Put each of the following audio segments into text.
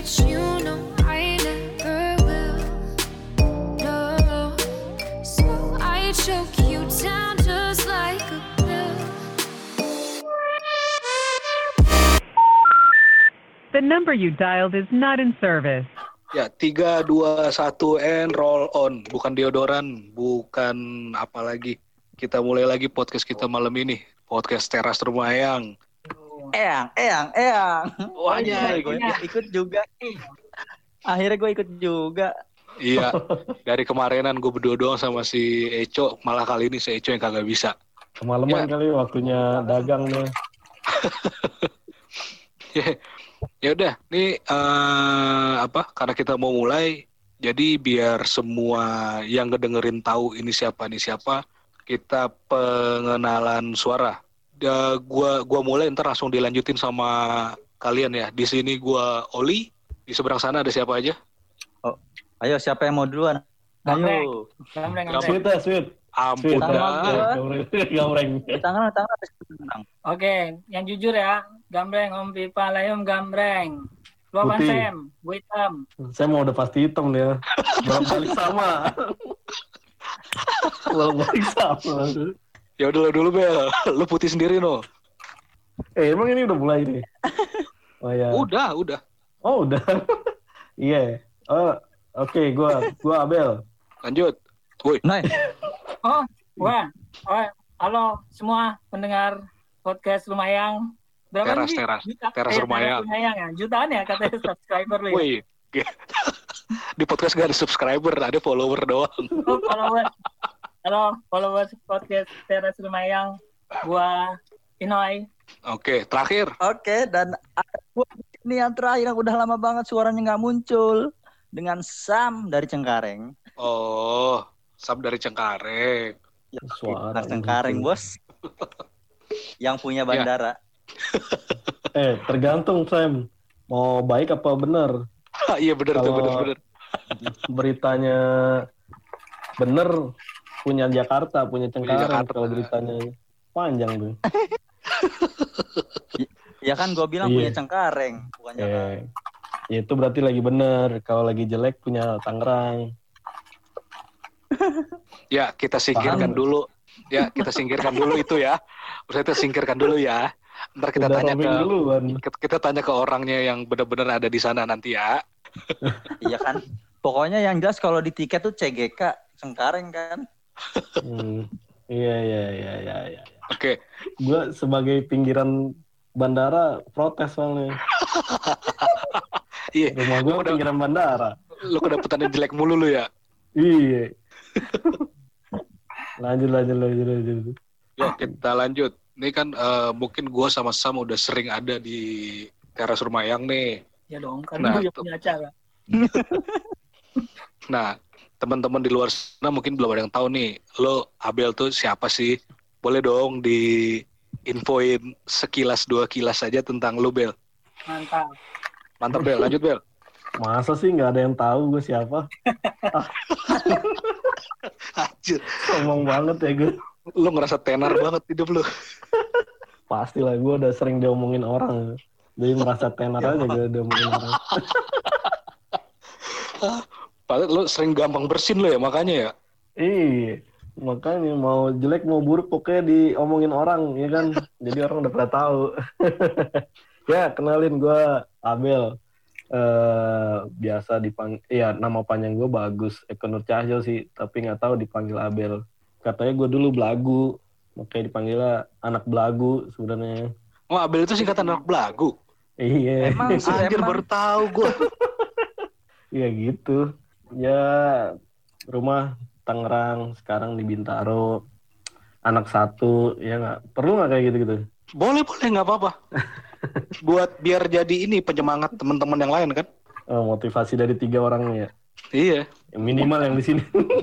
but you know I never will. No, so I choke you down just like a pill. The number you dialed is not in service. Ya, 3, 2, 1, and roll on. Bukan deodoran, bukan apa lagi. Kita mulai lagi podcast kita malam ini. Podcast Teras Rumayang. Eyang. Wah, iya, gue ikut juga. Akhirnya gue ikut juga. Iya, dari kemarinan gue berdua doang sama si Eco. Malah kali ini si Eco yang kagak bisa. Kemalaman kali waktunya dagang nih. Ya udah, nih karena kita mau mulai, jadi biar semua yang ngedengerin tahu ini siapa, kita pengenalan suara. Gua mulai, ntar langsung dilanjutin sama kalian ya. Di sini gua Oli, di seberang sana ada siapa aja? Oh, ayo siapa yang mau duluan? Ayo. Gambreng. Sweet. Ampun dah. Gambreng. Tangan. Oke, yang jujur ya, Gambreng, Om Pipa, Layum, Gambreng. Lu apaan, Putih. Sam? Gue hitam. Saya mau udah pasti hitam dia. Balik sama. Balik sama. Ya udah dulu Bel, lu putih sendiri no. Emang ini udah mulai nih? Oh ya. Udah. Oh udah. Iya. Oh oke, gua Abel. Lanjut. Woi. Nah, Halo semua pendengar podcast Rumayang. Berapa sih? Teras Rumayang. Ya? Jutaan ya katanya subscriber lu ya? Woi. Di podcast gak ada subscriber, ada follower doang. Oh, followers podcast Teras Rumayang. Gua Inoy. Oke, terakhir. oke, dan ini yang terakhir yang udah lama banget suaranya nggak muncul, dengan Sam dari Cengkareng. Oh, Sam dari Cengkareng. Suara Cengkareng bos, yang punya bandara. Tergantung Sam. Mau baik apa benar? Iya benar tuh, benar. Beritanya bener punya Jakarta, punya Cengkareng. Kalau beritanya panjang tuh. Ya kan gue bilang Iya. punya Cengkareng, bukan Jakarta. Ya itu berarti lagi bener. Kalau lagi jelek punya Tangerang. Ya, kita singkirkan Paham. dulu. Ya, kita singkirkan dulu itu ya. Kita singkirkan dulu ya. Ntar kita Udah tanya roaming duluan. kita tanya ke orangnya yang benar-benar ada di sana nanti ya. Iya kan. Pokoknya yang jelas kalau di tiket tuh CGK Cengkareng kan. Iya. Oke. Gue sebagai pinggiran bandara protes soalnya. Iya. Rumah gue pinggiran bandara. Lu kedapetannya jelek mulu lu ya. Iya. Lanjut. Ya, kita lanjut. Ini kan mungkin gue sama Sam udah sering ada di Teras Rumayang nih. Ya dong, karena gue punya acara. Nah, teman-teman di luar sana mungkin belum ada yang tahu nih, lo Abel tuh siapa sih? Boleh dong di-infoin sekilas 2 kilas aja tentang lo, Bel. Mantap Bel, lanjut Bel. Masa sih nggak ada yang tahu gue siapa? Anjir, Ngomong banget ya gue. lo ngerasa tenar banget hidup lo. Pastilah gue udah sering diomongin orang. Jadi merasa tenar aja gue diomongin orang. Padahal lo sering gampang bersin lo ya, makanya ya. Iya. Makanya mau jelek mau buruk pokoknya diomongin orang ya kan. Jadi orang udah pada tahu. Ya kenalin gue Abel. Biasa dipanggil, ya nama panjang gue Bagus Eko Nur Cahyo sih, tapi nggak tahu dipanggil Abel. Katanya gue dulu belagu, makanya dipanggilnya anak belagu sebenarnya. Oh, Abel itu singkatan anak belagu. Iya. Anjir, baru tahu gue. Iya gitu. Ya rumah Tangerang, sekarang di Bintaro. Anak 1, ya nggak? Perlu nggak kayak gitu-gitu? Boleh, nggak apa-apa. Buat biar jadi ini penyemangat teman-teman yang lain kan? Oh, motivasi dari 3 orang ya. Iya. Minimal yang di sini.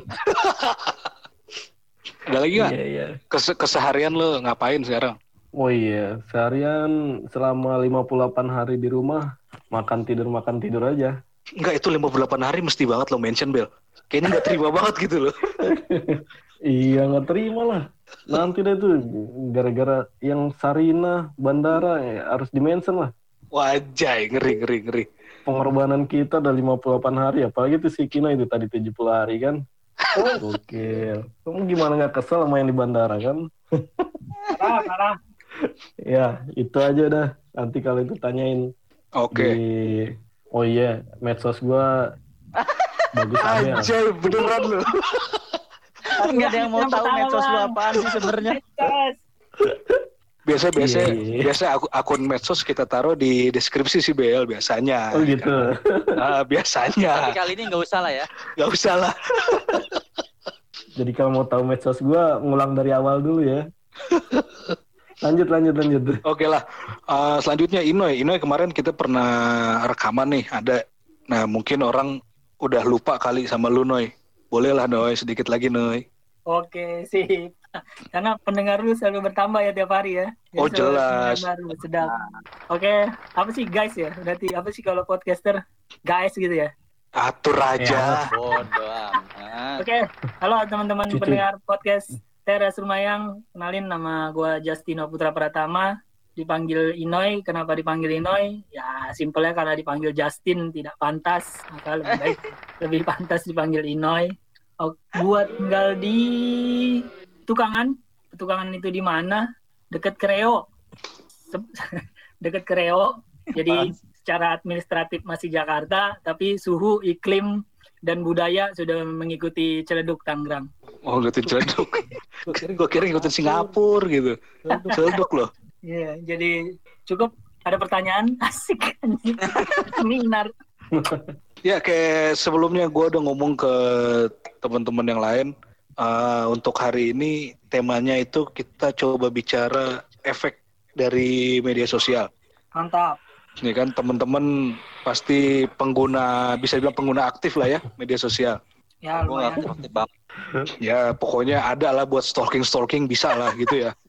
Ada lagi nggak? Iya. Keseharian lo ngapain sekarang? Oh iya, seharian selama 58 hari di rumah, makan tidur aja. Enggak, itu 58 hari mesti banget lo mention, Bel. Kayaknya nggak terima banget gitu loh. Iya, nggak terima lah. Nanti deh tuh, gara-gara yang Sarina, bandara, ya, harus di-mention lah. Wajay, ngeri. pengorbanan kita udah 58 hari, apalagi tuh si Kino itu tadi 70 hari kan. Gokil. Kamu gimana nggak kesel sama yang di bandara kan? Parah. Ya, itu aja dah. Nanti kalau itu tanyain. Oke. Oh iya, medsos gua bagus Abel. Anjay, beneran lu. Nggak ada yang mau tahu medsos lu apaan sih sebenarnya. Biasa akun medsos kita taruh di deskripsi sih Bel biasanya. Oh gitu. Biasanya. Tapi kali ini nggak usah lah ya. Nggak usah lah. Jadi kalau mau tahu medsos gua ngulang dari awal dulu ya. Lanjut. Oke lah. Selanjutnya Inoy kemarin kita pernah rekaman nih ada. Nah mungkin orang udah lupa kali sama lu Noy. Boleh lah Noy sedikit lagi Noy. Oke, sip. Karena pendengar lu selalu bertambah ya tiap hari ya. Oh jelas. Baru, sedap. Oke, apa sih guys ya? Berarti apa sih kalau podcaster guys gitu ya? Atur aja. Bodoh amat. Oke, halo teman-teman pendengar podcast Teras Rumayang. Kenalin nama gue Justino Putra Pratama. Dipanggil Inoy. Kenapa dipanggil Inoy? Ya simpelnya karena dipanggil Justin tidak pantas. Maka lebih baik lebih pantas dipanggil Inoy. Gue tinggal di Tukangan itu di mana? Dekat Kreo. Dekat Kreo. Jadi secara administratif masih Jakarta, tapi suhu, iklim, dan budaya sudah mengikuti Ciledug Tangerang. Oh, ngikutin Ciledug. Gue kira ngikutin Singapura gitu. Ciledug loh. Iya, jadi cukup ada pertanyaan asik anjing. Minar. Ya kayak sebelumnya gue udah ngomong ke teman-teman yang lain. Untuk hari ini temanya itu kita coba bicara efek dari media sosial. Mantap. Ini kan teman-teman pasti bisa dibilang pengguna aktif lah ya media sosial. Ya lumayan. Ya pokoknya ada lah buat stalking bisa lah gitu ya.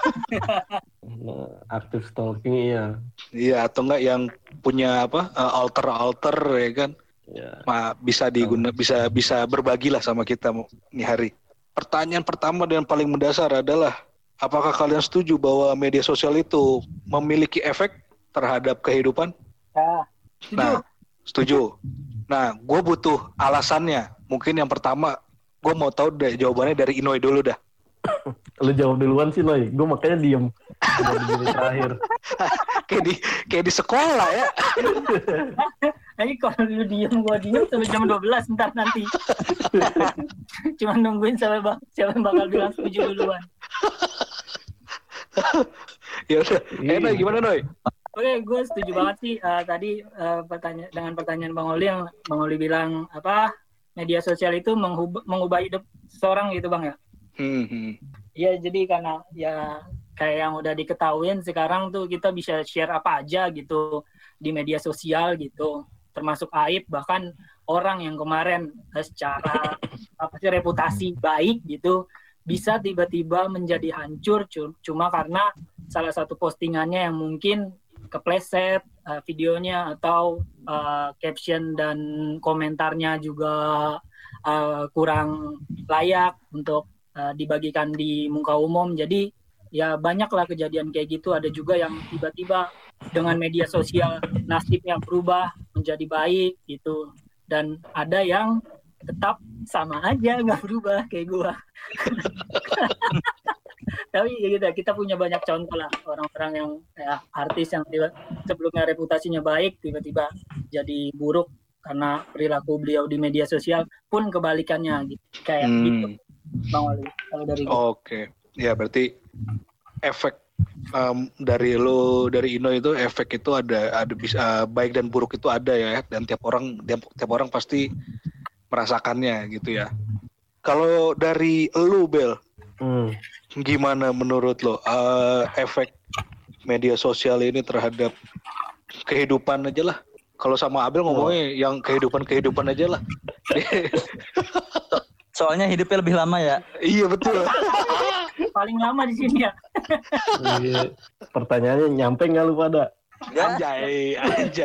Aktif stalking iya. Iya atau enggak yang punya alter ya kan. Ya. Bisa bisa berbagi lah sama kita nih hari. Pertanyaan pertama dan paling mendasar adalah apakah kalian setuju bahwa media sosial itu memiliki efek terhadap kehidupan? Ya, setuju. Nah, setuju. Nah, gue butuh alasannya. Mungkin yang pertama, gue mau tahu jawabannya dari Inoy dulu dah. Lu jawab duluan sih, Noy. Gue makanya diem. Udah begini terakhir. kayak di sekolah ya. Ini kalau lu diem, gue diem sampai jam 12 ntar nanti. Cuma nungguin siapa yang bakal bilang setuju duluan. Ya udah, Noy gimana Noy? Oke, gue setuju banget sih tadi dengan pertanyaan Bang Oli yang Bang Oli bilang media sosial itu mengubah hidup seseorang gitu Bang ya. Iya, jadi karena ya kayak yang udah diketahuin sekarang tuh kita bisa share apa aja gitu di media sosial gitu, termasuk aib bahkan orang yang kemarin secara reputasi baik gitu bisa tiba-tiba menjadi hancur cuma karena salah satu postingannya yang mungkin kepleset videonya atau caption dan komentarnya juga kurang layak untuk dibagikan di muka umum. Jadi ya banyaklah kejadian kayak gitu. Ada juga yang tiba-tiba dengan media sosial nasibnya berubah menjadi baik gitu. Dan ada yang tetap sama aja nggak berubah kayak gua. Tapi ya gitu, kita punya banyak contoh lah orang-orang yang artis yang sebelumnya reputasinya baik tiba-tiba jadi buruk karena perilaku beliau di media sosial pun kebalikannya gitu. Kayak gitu Bang Wali kalau dari Oke. Ya berarti efek dari Ino itu efek itu ada bisa baik dan buruk itu ada ya, dan tiap orang pasti merasakannya gitu ya. Kalau dari lu Bel, gimana menurut lo efek media sosial ini terhadap kehidupan aja lah? Kalau sama Abel ngomongnya yang kehidupan aja lah. Soalnya hidupnya lebih lama ya. Iya betul. Paling lama di sini ya. Pertanyaannya nyampe nggak lu pada? Anjay.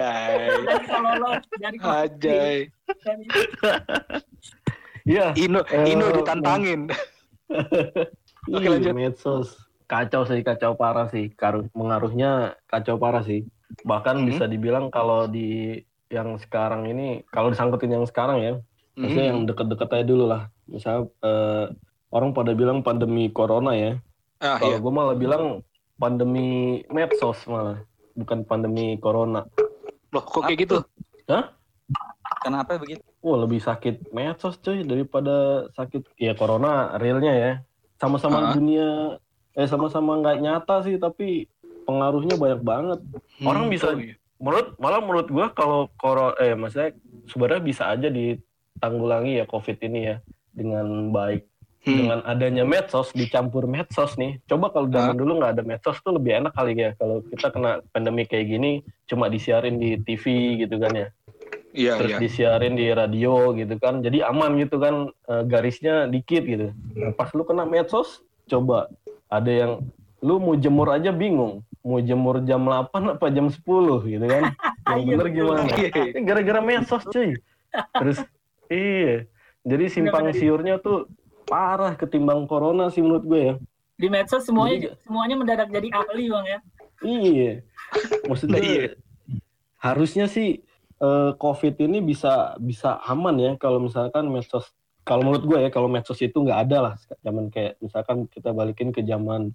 Iya. Ino ditantangin. Oke, lanjut. Medsos kacau parah sih. Pengaruhnya kacau parah sih. Bahkan bisa dibilang kalau di yang sekarang ini, kalau disangkutin yang sekarang ya, maksudnya yang deket-deket aja dulu lah. Misalnya orang pada bilang pandemi corona ya. Kalau gue malah bilang pandemi medsos malah, bukan pandemi corona. Loh, kok kayak gitu? Hah? Kenapa begitu? Lebih sakit medsos cuy daripada sakit ya corona realnya ya. Sama-sama dunia, sama-sama nggak nyata sih, tapi pengaruhnya banyak banget. Orang bisa, menurut gue kalau maksudnya sebenarnya bisa aja ditanggulangi ya COVID ini ya dengan baik. Dengan adanya medsos, dicampur medsos nih. Coba kalau zaman dulu nggak ada medsos tuh lebih enak kali ya. Kalau kita kena pandemi kayak gini, cuma disiarin di TV gitu kan ya. Iya, Terus disiarin di radio gitu kan. Jadi aman gitu kan, garisnya dikit gitu. Nah, pas lu kena medsos, coba ada yang lu mau jemur aja bingung. Mau jemur jam 8 apa jam 10 gitu kan. Yang bener gimana? Gara-gara medsos cuy. Terus jadi simpang siurnya tuh parah ketimbang corona sih menurut gue ya. Di medsos semuanya mendadak jadi ahli Bang ya. Iya. Maksudnya harusnya sih COVID ini bisa aman ya kalau misalkan medsos. Kalau menurut gue ya, kalau medsos itu nggak ada lah. Zaman kayak misalkan kita balikin ke zaman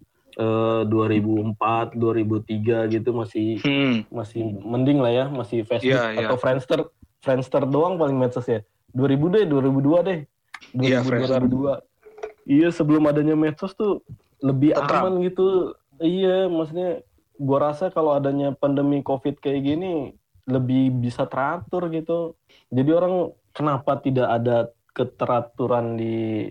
2004, 2003 gitu masih mending lah ya, masih Facebook atau Friendster doang paling medsos ya. 2002 deh. 2002. Iya, sebelum adanya medsos tuh lebih aman gitu. Iya, maksudnya gua rasa kalau adanya pandemi COVID kayak gini lebih bisa teratur gitu. Jadi orang kenapa tidak ada keteraturan di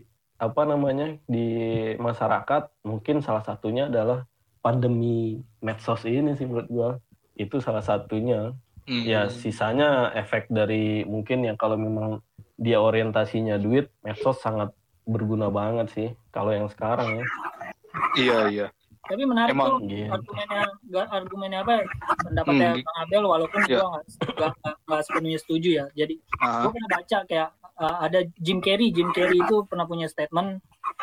di masyarakat? Mungkin salah satunya adalah pandemi medsos ini sih menurut gua. Itu salah satunya. Ya sisanya efek dari mungkin yang kalau memang dia orientasinya duit, medsos sangat berguna banget sih kalau yang sekarang ya. Iya. Tapi menarik tuh argumennya pendapatnya Bang Abel, walaupun gua nggak sepenuhnya setuju ya. Jadi gua pernah baca kayak ada Jim Carrey itu pernah punya statement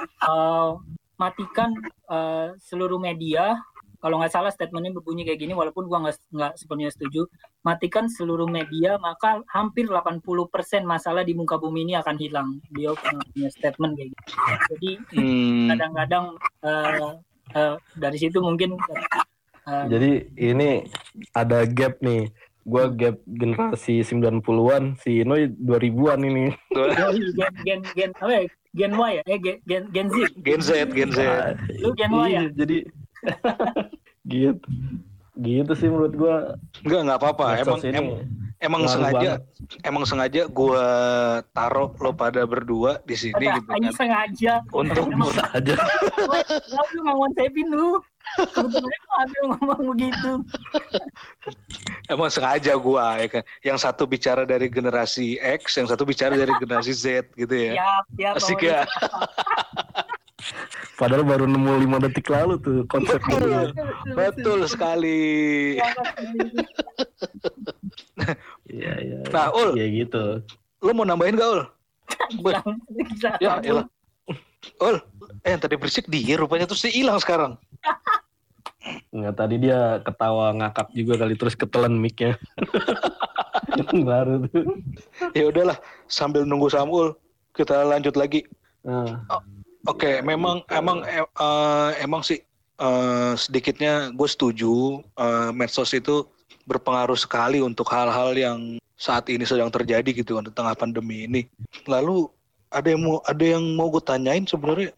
matikan seluruh media. Kalau nggak salah statementnya berbunyi kayak gini, walaupun gua nggak sepenuhnya setuju. Matikan seluruh media, maka hampir 80% masalah di muka bumi ini akan hilang. Dia punya statement kayak gitu. Jadi kadang-kadang dari situ mungkin. Jadi ini ada gap nih. Gua gap generasi 90-an, si Inoy 2000-an ini. Gen Y ya? Gen Z. Gen Z. Lu Gen Y ya? Jadi gitu sih menurut gua. Nggak apa-apa. Emang sengaja gua taruh lo pada berdua di sini gitu kan. Sengaja. Untuk saja. Lu ngomong-ngomongin lu. Kebetulan ada ngomong begitu. Emang sengaja gua ya kan. Yang satu bicara dari generasi X, yang satu bicara dari generasi Z gitu ya. Siap, asik ya. Padahal baru nemu 5 detik lalu tuh konsepnya. Betul sekali. Iya. Nah, Ul. Ya gitu. Lu mau nambahin gak, Ul? Ya, elah. Ul, yang tadi berisik dia rupanya terus dia hilang sekarang. Nggak, tadi dia ketawa ngakak juga kali, terus ketelan mic-nya. Baru tuh. Ya udahlah, sambil nunggu Samul, kita lanjut lagi. Oke, emang sih sedikitnya gue setuju medsos itu berpengaruh sekali untuk hal-hal yang saat ini sedang terjadi gitu kan, di tengah pandemi ini. Lalu ada yang mau gue tanyain sebenarnya.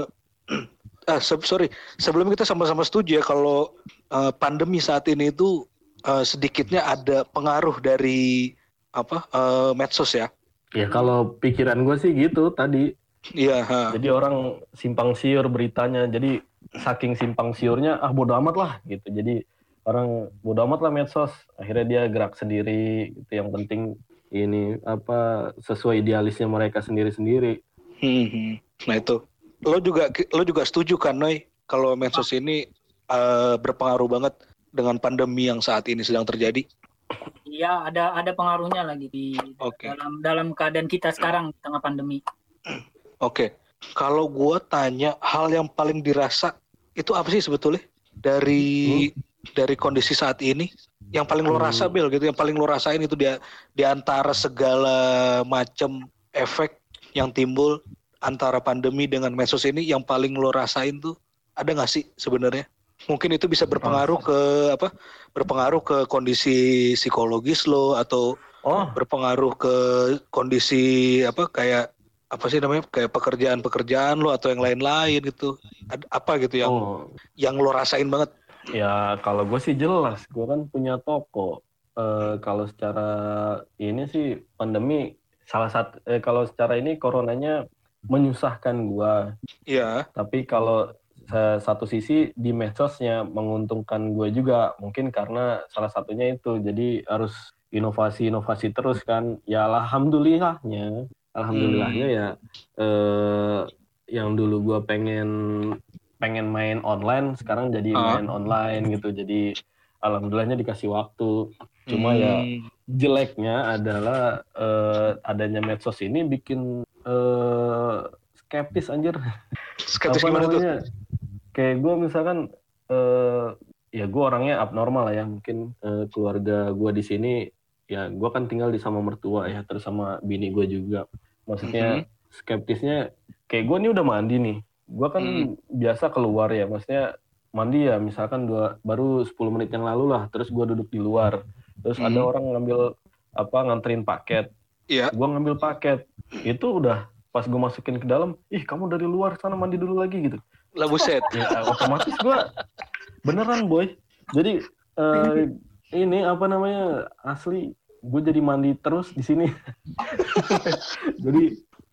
Sebelum kita sama-sama setuju ya kalau pandemi saat ini itu sedikitnya ada pengaruh dari medsos ya. Ya kalau pikiran gue sih gitu tadi. Iya. Jadi orang simpang siur beritanya. Jadi saking simpang siurnya bodo amat lah gitu. Jadi orang bodo amat lah medsos. Akhirnya dia gerak sendiri. Itu yang penting ini sesuai idealisnya mereka sendiri-sendiri. Nah itu. Lo juga setuju kan, Noy? Kalau medsos ini berpengaruh banget dengan pandemi yang saat ini sedang terjadi? Iya, ada pengaruhnya lagi dalam keadaan kita sekarang di tengah pandemi. Oke. Kalau gue tanya hal yang paling dirasa itu apa sih sebetulnya dari kondisi saat ini? Yang paling lo rasa Bel gitu, yang paling lo rasain itu di antara segala macam efek yang timbul antara pandemi dengan medsos ini, yang paling lo rasain tuh ada nggak sih sebenarnya? Mungkin itu bisa berpengaruh ke kondisi psikologis lo, atau berpengaruh ke kondisi kayak pekerjaan lo atau yang lain-lain gitu. Apa gitu yang lo rasain banget? Ya kalau gue sih jelas, gue kan punya toko. Kalau secara ini sih pandemi kalau secara ini coronanya menyusahkan gue. Iya. Tapi kalau satu sisi di medsosnya menguntungkan gue juga, mungkin karena salah satunya itu, jadi harus inovasi terus kan. Ya alhamdulillahnya ya yang dulu gue pengen main online, sekarang jadi main online gitu. Jadi alhamdulillahnya dikasih waktu. Cuma ya jeleknya adalah adanya medsos ini bikin skeptis anjir. Skeptis gimana tuh? Kayak gue misalkan ya gue orangnya abnormal lah ya, mungkin keluarga gue di sini ya, gue kan tinggal sama mertua ya, terus sama bini gue juga. Maksudnya skeptisnya kayak gue nih udah mandi nih, gue kan biasa keluar ya, maksudnya mandi ya misalkan baru 10 menit yang lalu lah, terus gue duduk di luar, terus ada orang nganterin paket, gue ngambil paket, itu udah pas gue masukin ke dalam, kamu dari luar sana mandi dulu lagi gitu. Lah buset. Ya otomatis gue beneran boy. Jadi ini asli gue jadi mandi terus di sini. Jadi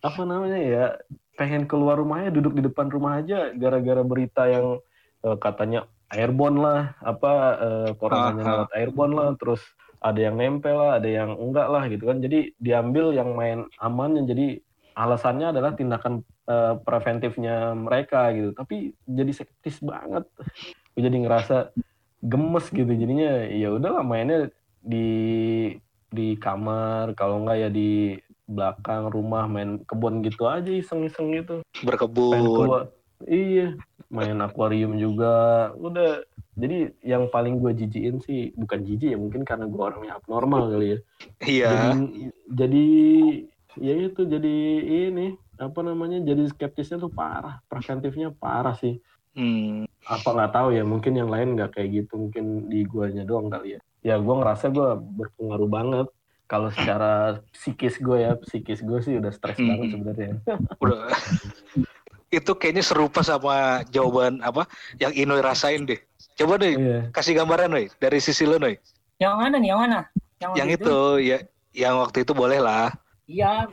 pengen keluar rumahnya, duduk di depan rumah aja gara-gara berita yang katanya airborne lah, coronanya lewat airborne lah, terus ada yang nempel lah, ada yang enggak lah gitu kan. Jadi diambil yang main aman, yang jadi alasannya adalah tindakan preventifnya mereka gitu. Tapi jadi skeptis banget. Gue jadi ngerasa gemes gitu. Jadinya ya udahlah mainnya di kamar, kalau enggak ya di belakang rumah main kebun gitu aja, iseng-iseng gitu. Berkebun. Iya, main akuarium juga. Udah. Jadi yang paling gue jijiin sih, bukan jijik ya, mungkin karena gue orangnya abnormal kali ya. Iya. Jadi ya itu, jadi ini jadi skeptisnya tuh parah, preventifnya parah sih. Apa nggak tahu ya, mungkin yang lain nggak kayak gitu, mungkin di guanya doang kali ya. Ya gue ngerasa gue berpengaruh banget. Kalau secara psikis gue sih udah stres banget sebenarnya. Udah. Itu kayaknya serupa sama jawaban yang Inoy rasain deh. Coba deh kasih gambaran Noy, dari sisi lo Noy. Yang mana nih, yang mana? Yang itu ya, yang waktu itu boleh lah. Iya,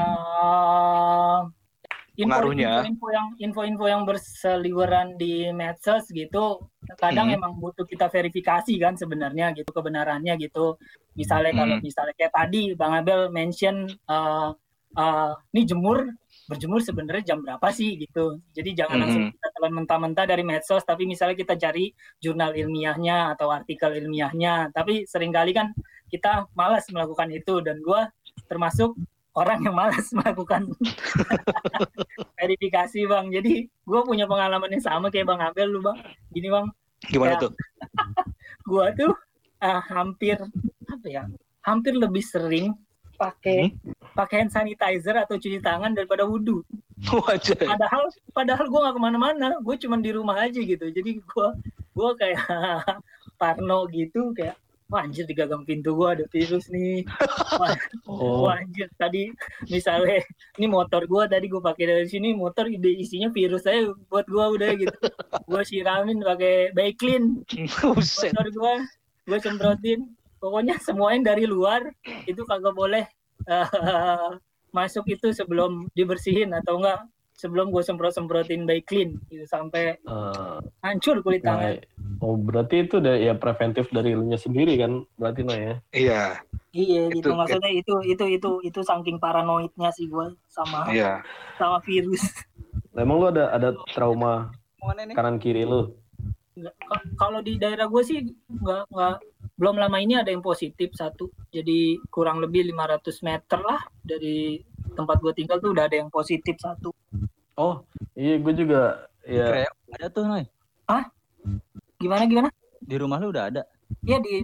info-info yang berseliweran di medsos gitu, kadang emang butuh kita verifikasi kan sebenarnya gitu, kebenarannya gitu. Misalnya kalau kayak tadi Bang Abel mention ini berjemur sebenarnya jam berapa sih gitu. Jadi jangan langsung kita telan mentah-mentah dari medsos, tapi misalnya kita cari jurnal ilmiahnya atau artikel ilmiahnya. Tapi seringkali kan kita malas melakukan itu, dan gue termasuk orang yang malas melakukan verifikasi Bang. Jadi gue punya pengalaman yang sama kayak Bang Abel lu Bang. Gini Bang. Gimana tuh? Gue tuh hampir lebih sering pakai hand sanitizer atau cuci tangan daripada wudhu. Padahal gue nggak kemana-mana, gue cuma di rumah aja gitu. Jadi gue kayak parno gitu, kayak wah anjir di gagang pintu gue ada virus nih. Wah anjir tadi misalnya ini motor gue tadi gue pakai dari sini, motor isinya virus saya buat gue udah gitu. Gue siramin pakai Baiklin. Motor gue semprotin. Pokoknya semuanya dari luar itu kagak boleh masuk itu sebelum dibersihin, atau enggak sebelum gue semprotin Baiklin gitu, sampai hancur kulit tangan. Berarti itu udah ya preventif dari elunya sendiri kan berarti ya? Iya gitu, maksudnya itu saking paranoidnya sih gue sama virus. Emang lu ada trauma kanan kiri lu? Kalau di daerah gue sih nggak, belum lama ini ada yang positif satu, jadi kurang lebih 500 meter lah dari tempat gue tinggal tuh udah ada yang positif satu. Oh iya, gue juga ya. Ada tuh Noy. Gimana? Di rumah lu udah ada? Iya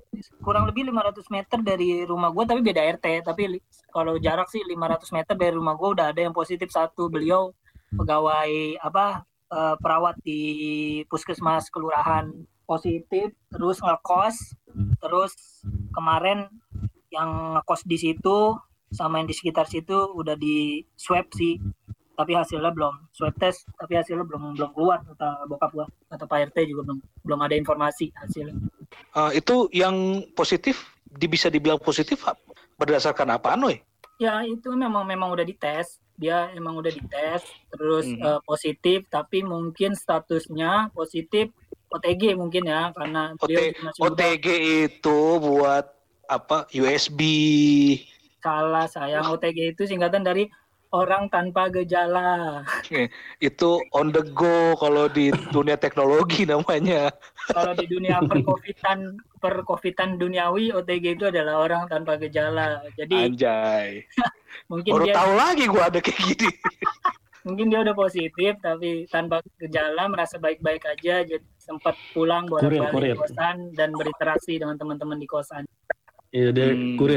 kurang lebih 500 meter dari rumah gue, tapi beda RT. Tapi kalau jarak sih 500 meter dari rumah gue udah ada yang positif satu. Beliau pegawai perawat di puskesmas kelurahan, positif, terus ngekos. Terus kemarin yang ngekos di situ sama yang di sekitar situ udah di swab sih, tapi hasilnya belum, swab test tapi hasilnya belum keluar, kata bokap gua, kata Pak RT juga belum ada informasi hasilnya. Itu yang positif bisa dibilang positif berdasarkan apaan, Noy? Ya itu memang udah dites, dia emang udah dites terus positif, tapi mungkin statusnya positif OTG mungkin ya, karena OTG itu buat apa? USB. Salah sayang, OTG itu singkatan dari orang tanpa gejala. Itu on the go kalau di dunia teknologi namanya. Kalau di dunia per-covidan duniawi, OTG itu adalah orang tanpa gejala. Jadi anjay. Mungkin baru tahu lagi gue ada kayak gini. Mungkin dia udah positif tapi tanpa gejala, merasa baik-baik aja, jadi sempat pulang bolak-balik kosan dan berinteraksi dengan teman-teman di kosan. Iya, dia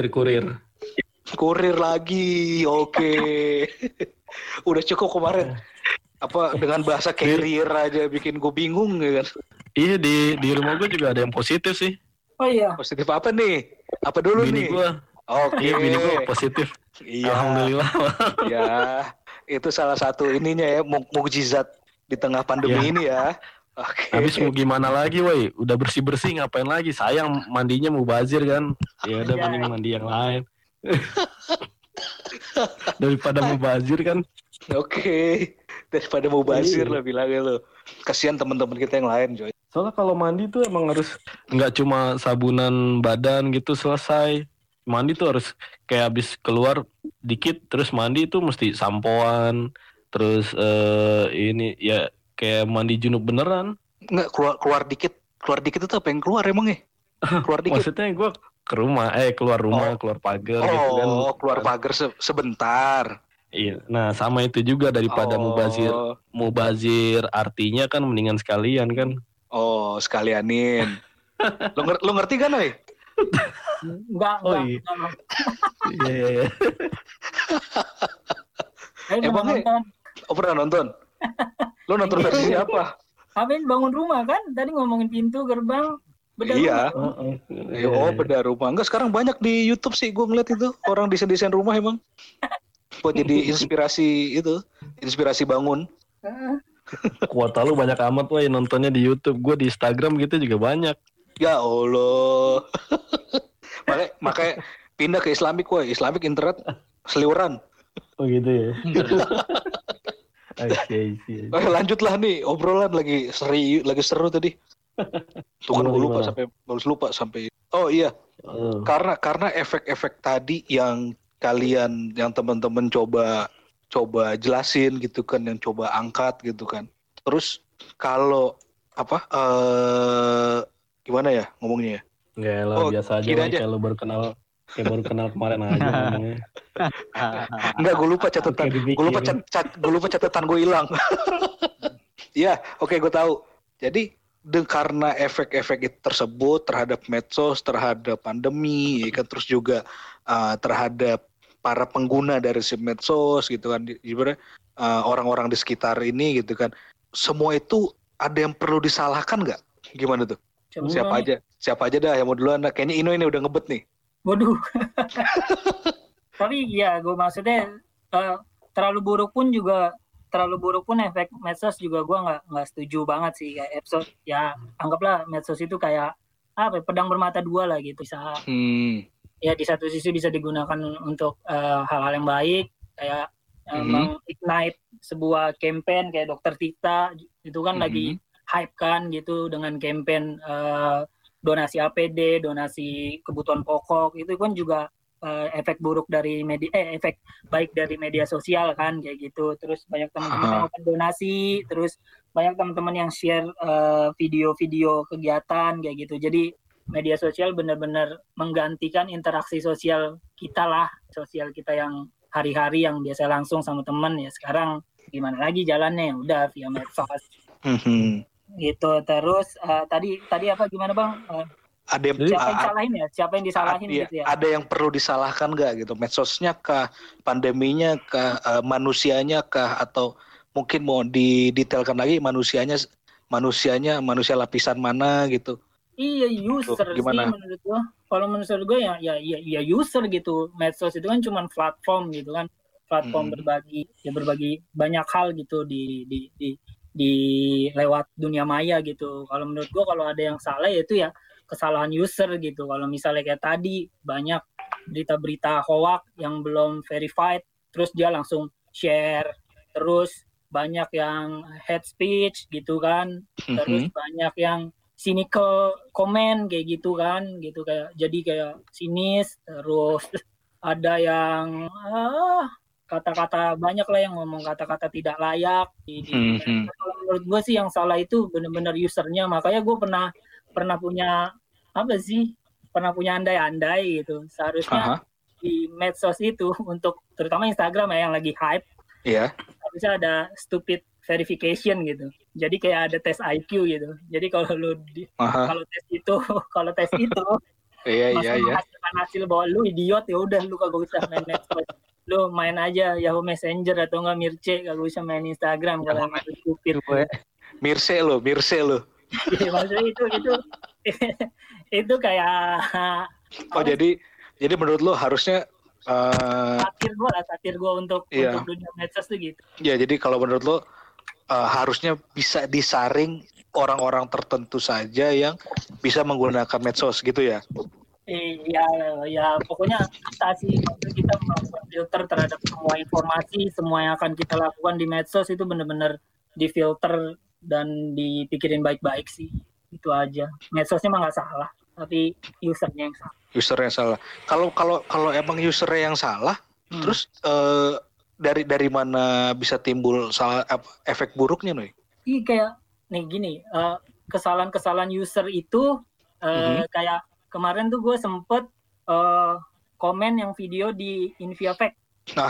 kurir lagi, oke. Udah cukup kemarin. Apa dengan bahasa carrier aja bikin gue bingung ya kan? Iya, di rumah gue juga ada yang positif sih. Oh iya. Positif apa nih? Apa dulu bini nih? Gue. Oke. Iya, bini gue positif. Iya. Alhamdulillah. Ya, itu salah satu ininya ya, mukjizat di tengah pandemi ini ya. Oke. Habis mau gimana lagi, woi? Udah bersih-bersih ngapain lagi? Sayang mandinya mubazir kan. Ya udah mending mandi yang lain. Daripada mubazir kan. Oke. Daripada mubazir lah bilangnya lo. Kasihan teman-teman kita yang lain, Joy. Soalnya kalau mandi tuh emang harus nggak cuma sabunan badan gitu selesai. Mandi tuh harus kayak habis keluar dikit terus mandi tuh mesti sampoan, terus ini ya kayak mandi junub beneran. Nggak keluar dikit itu apa yang keluar emang ya? Keluar dikit. Maksudnya gue keluar rumah, keluar pagar gitu kan. Oh, keluar pagar sebentar. Iya. Nah, sama itu juga daripada mubazir artinya kan mendingan sekalian kan. Oh, sekalianin. Lo ngerti kan, Oi? Enggak. Iya. Emangnya pernah nonton? Lo nonton versi apa? Habis bangun rumah kan? Tadi ngomongin pintu, gerbang, bedah rumah. Oh, bedah rumah. Enggak, sekarang banyak di YouTube sih gue ngeliat itu. Orang desain rumah emang. Buat jadi inspirasi bangun. Kuota lu banyak amat, woy, nontonnya di YouTube. Gue di Instagram gitu juga banyak. Ya Allah. Makanya pindah ke Islamic, woy. Islamic internet seliuran. Oh gitu ya. Okay. Lanjutlah nih, obrolan lagi seru tadi. Tuh kan gue lupa sampai. Oh iya. Karena efek-efek tadi yang kalian, yang teman-teman coba jelasin gitu kan, yang coba angkat gitu kan. Terus kalau gimana ya ngomongnya ya? Enggak lah, biasa aja kayak lu baru kenal kemarin aja ngomongnya. Enggak, gue lupa catatan. Gue lupa catatan gue hilang. Iya, oke, gue tahu. Jadi karena efek-efek itu tersebut terhadap medsos, terhadap pandemi, ya kan, terus juga terhadap para pengguna dari si medsos gitu kan, orang-orang di sekitar ini gitu kan, semua itu ada yang perlu disalahkan nggak? Gimana tuh? Siapa aja dah yang mau duluan? Kayaknya ini udah ngebet nih. Waduh. Tapi ya gue maksudnya terlalu buruk pun efek medsos juga gue nggak setuju banget sih. Kayak episode ya, anggaplah medsos itu kayak pedang bermata dua lah gitu. Bisa ya di satu sisi bisa digunakan untuk hal-hal yang baik, kayak mengignite sebuah campaign kayak Dokter Tirta itu kan lagi hype kan gitu dengan campaign donasi APD, donasi kebutuhan pokok, itu kan juga efek buruk dari efek baik dari media sosial kan kayak gitu. Terus banyak teman-teman yang donasi, terus banyak teman-teman yang share video-video kegiatan kayak gitu. Jadi media sosial benar-benar menggantikan interaksi sosial kita yang hari-hari yang biasa langsung sama teman, ya sekarang gimana lagi jalannya, udah via medsos. Gitu. Terus tadi apa gimana Bang? Ada yang siapa yang salahin ya? Siapa yang disalahin gitu ya? Ada yang perlu disalahkan nggak gitu? Medsosnya kah, pandeminya kah, manusianya kah, atau mungkin mau didetailkan lagi manusia lapisan mana gitu? Iya, user sih menurut gua. Kalau menurut gua ya user gitu. Medsos itu kan cuma platform gitu kan. Platform berbagi banyak hal gitu di lewat dunia maya gitu. Kalau menurut gua kalau ada yang salah ya itu ya kesalahan user gitu. Kalau misalnya kayak tadi banyak berita-berita hoax yang belum verified, terus dia langsung share, terus banyak yang hate speech gitu kan, terus banyak yang cynical comment kayak gitu kan, gitu kayak jadi kayak sinis, terus ada yang kata-kata banyak lah yang ngomong kata-kata tidak layak. Kalau menurut gue sih yang salah itu benar-benar usernya. Makanya gue pernah punya andai-andai gitu. Seharusnya di medsos itu untuk terutama Instagram ya yang lagi hype. Iya. Harusnya ada stupid verification gitu. Jadi kayak ada tes IQ gitu. Jadi kalau tes itu menghasilkan hasil bahwa lu idiot, ya udah lu kagak usah main medsos. Lu main aja Yahoo Messenger atau enggak Mirce, kagak usah main Instagram kalau emang stupid. Mirce lu. Maksudnya itu kayak jadi menurut lu harusnya satir gue untuk dunia medsos tuh gitu. Ya, jadi kalau menurut lo harusnya bisa disaring orang-orang tertentu saja yang bisa menggunakan medsos gitu ya? Iya, pokoknya kita melakukan filter terhadap semua informasi, semua yang akan kita lakukan di medsos itu benar-benar difilter dan dipikirin baik-baik sih. Itu aja. Medsosnya mah nggak salah, tapi usernya yang salah. Usernya salah. Kalau emang usernya yang salah, terus dari mana bisa timbul efek buruknya, Noy? Iya kayak nih gini, kesalahan user itu kayak kemarin tuh gue sempet komen yang video di Inviafek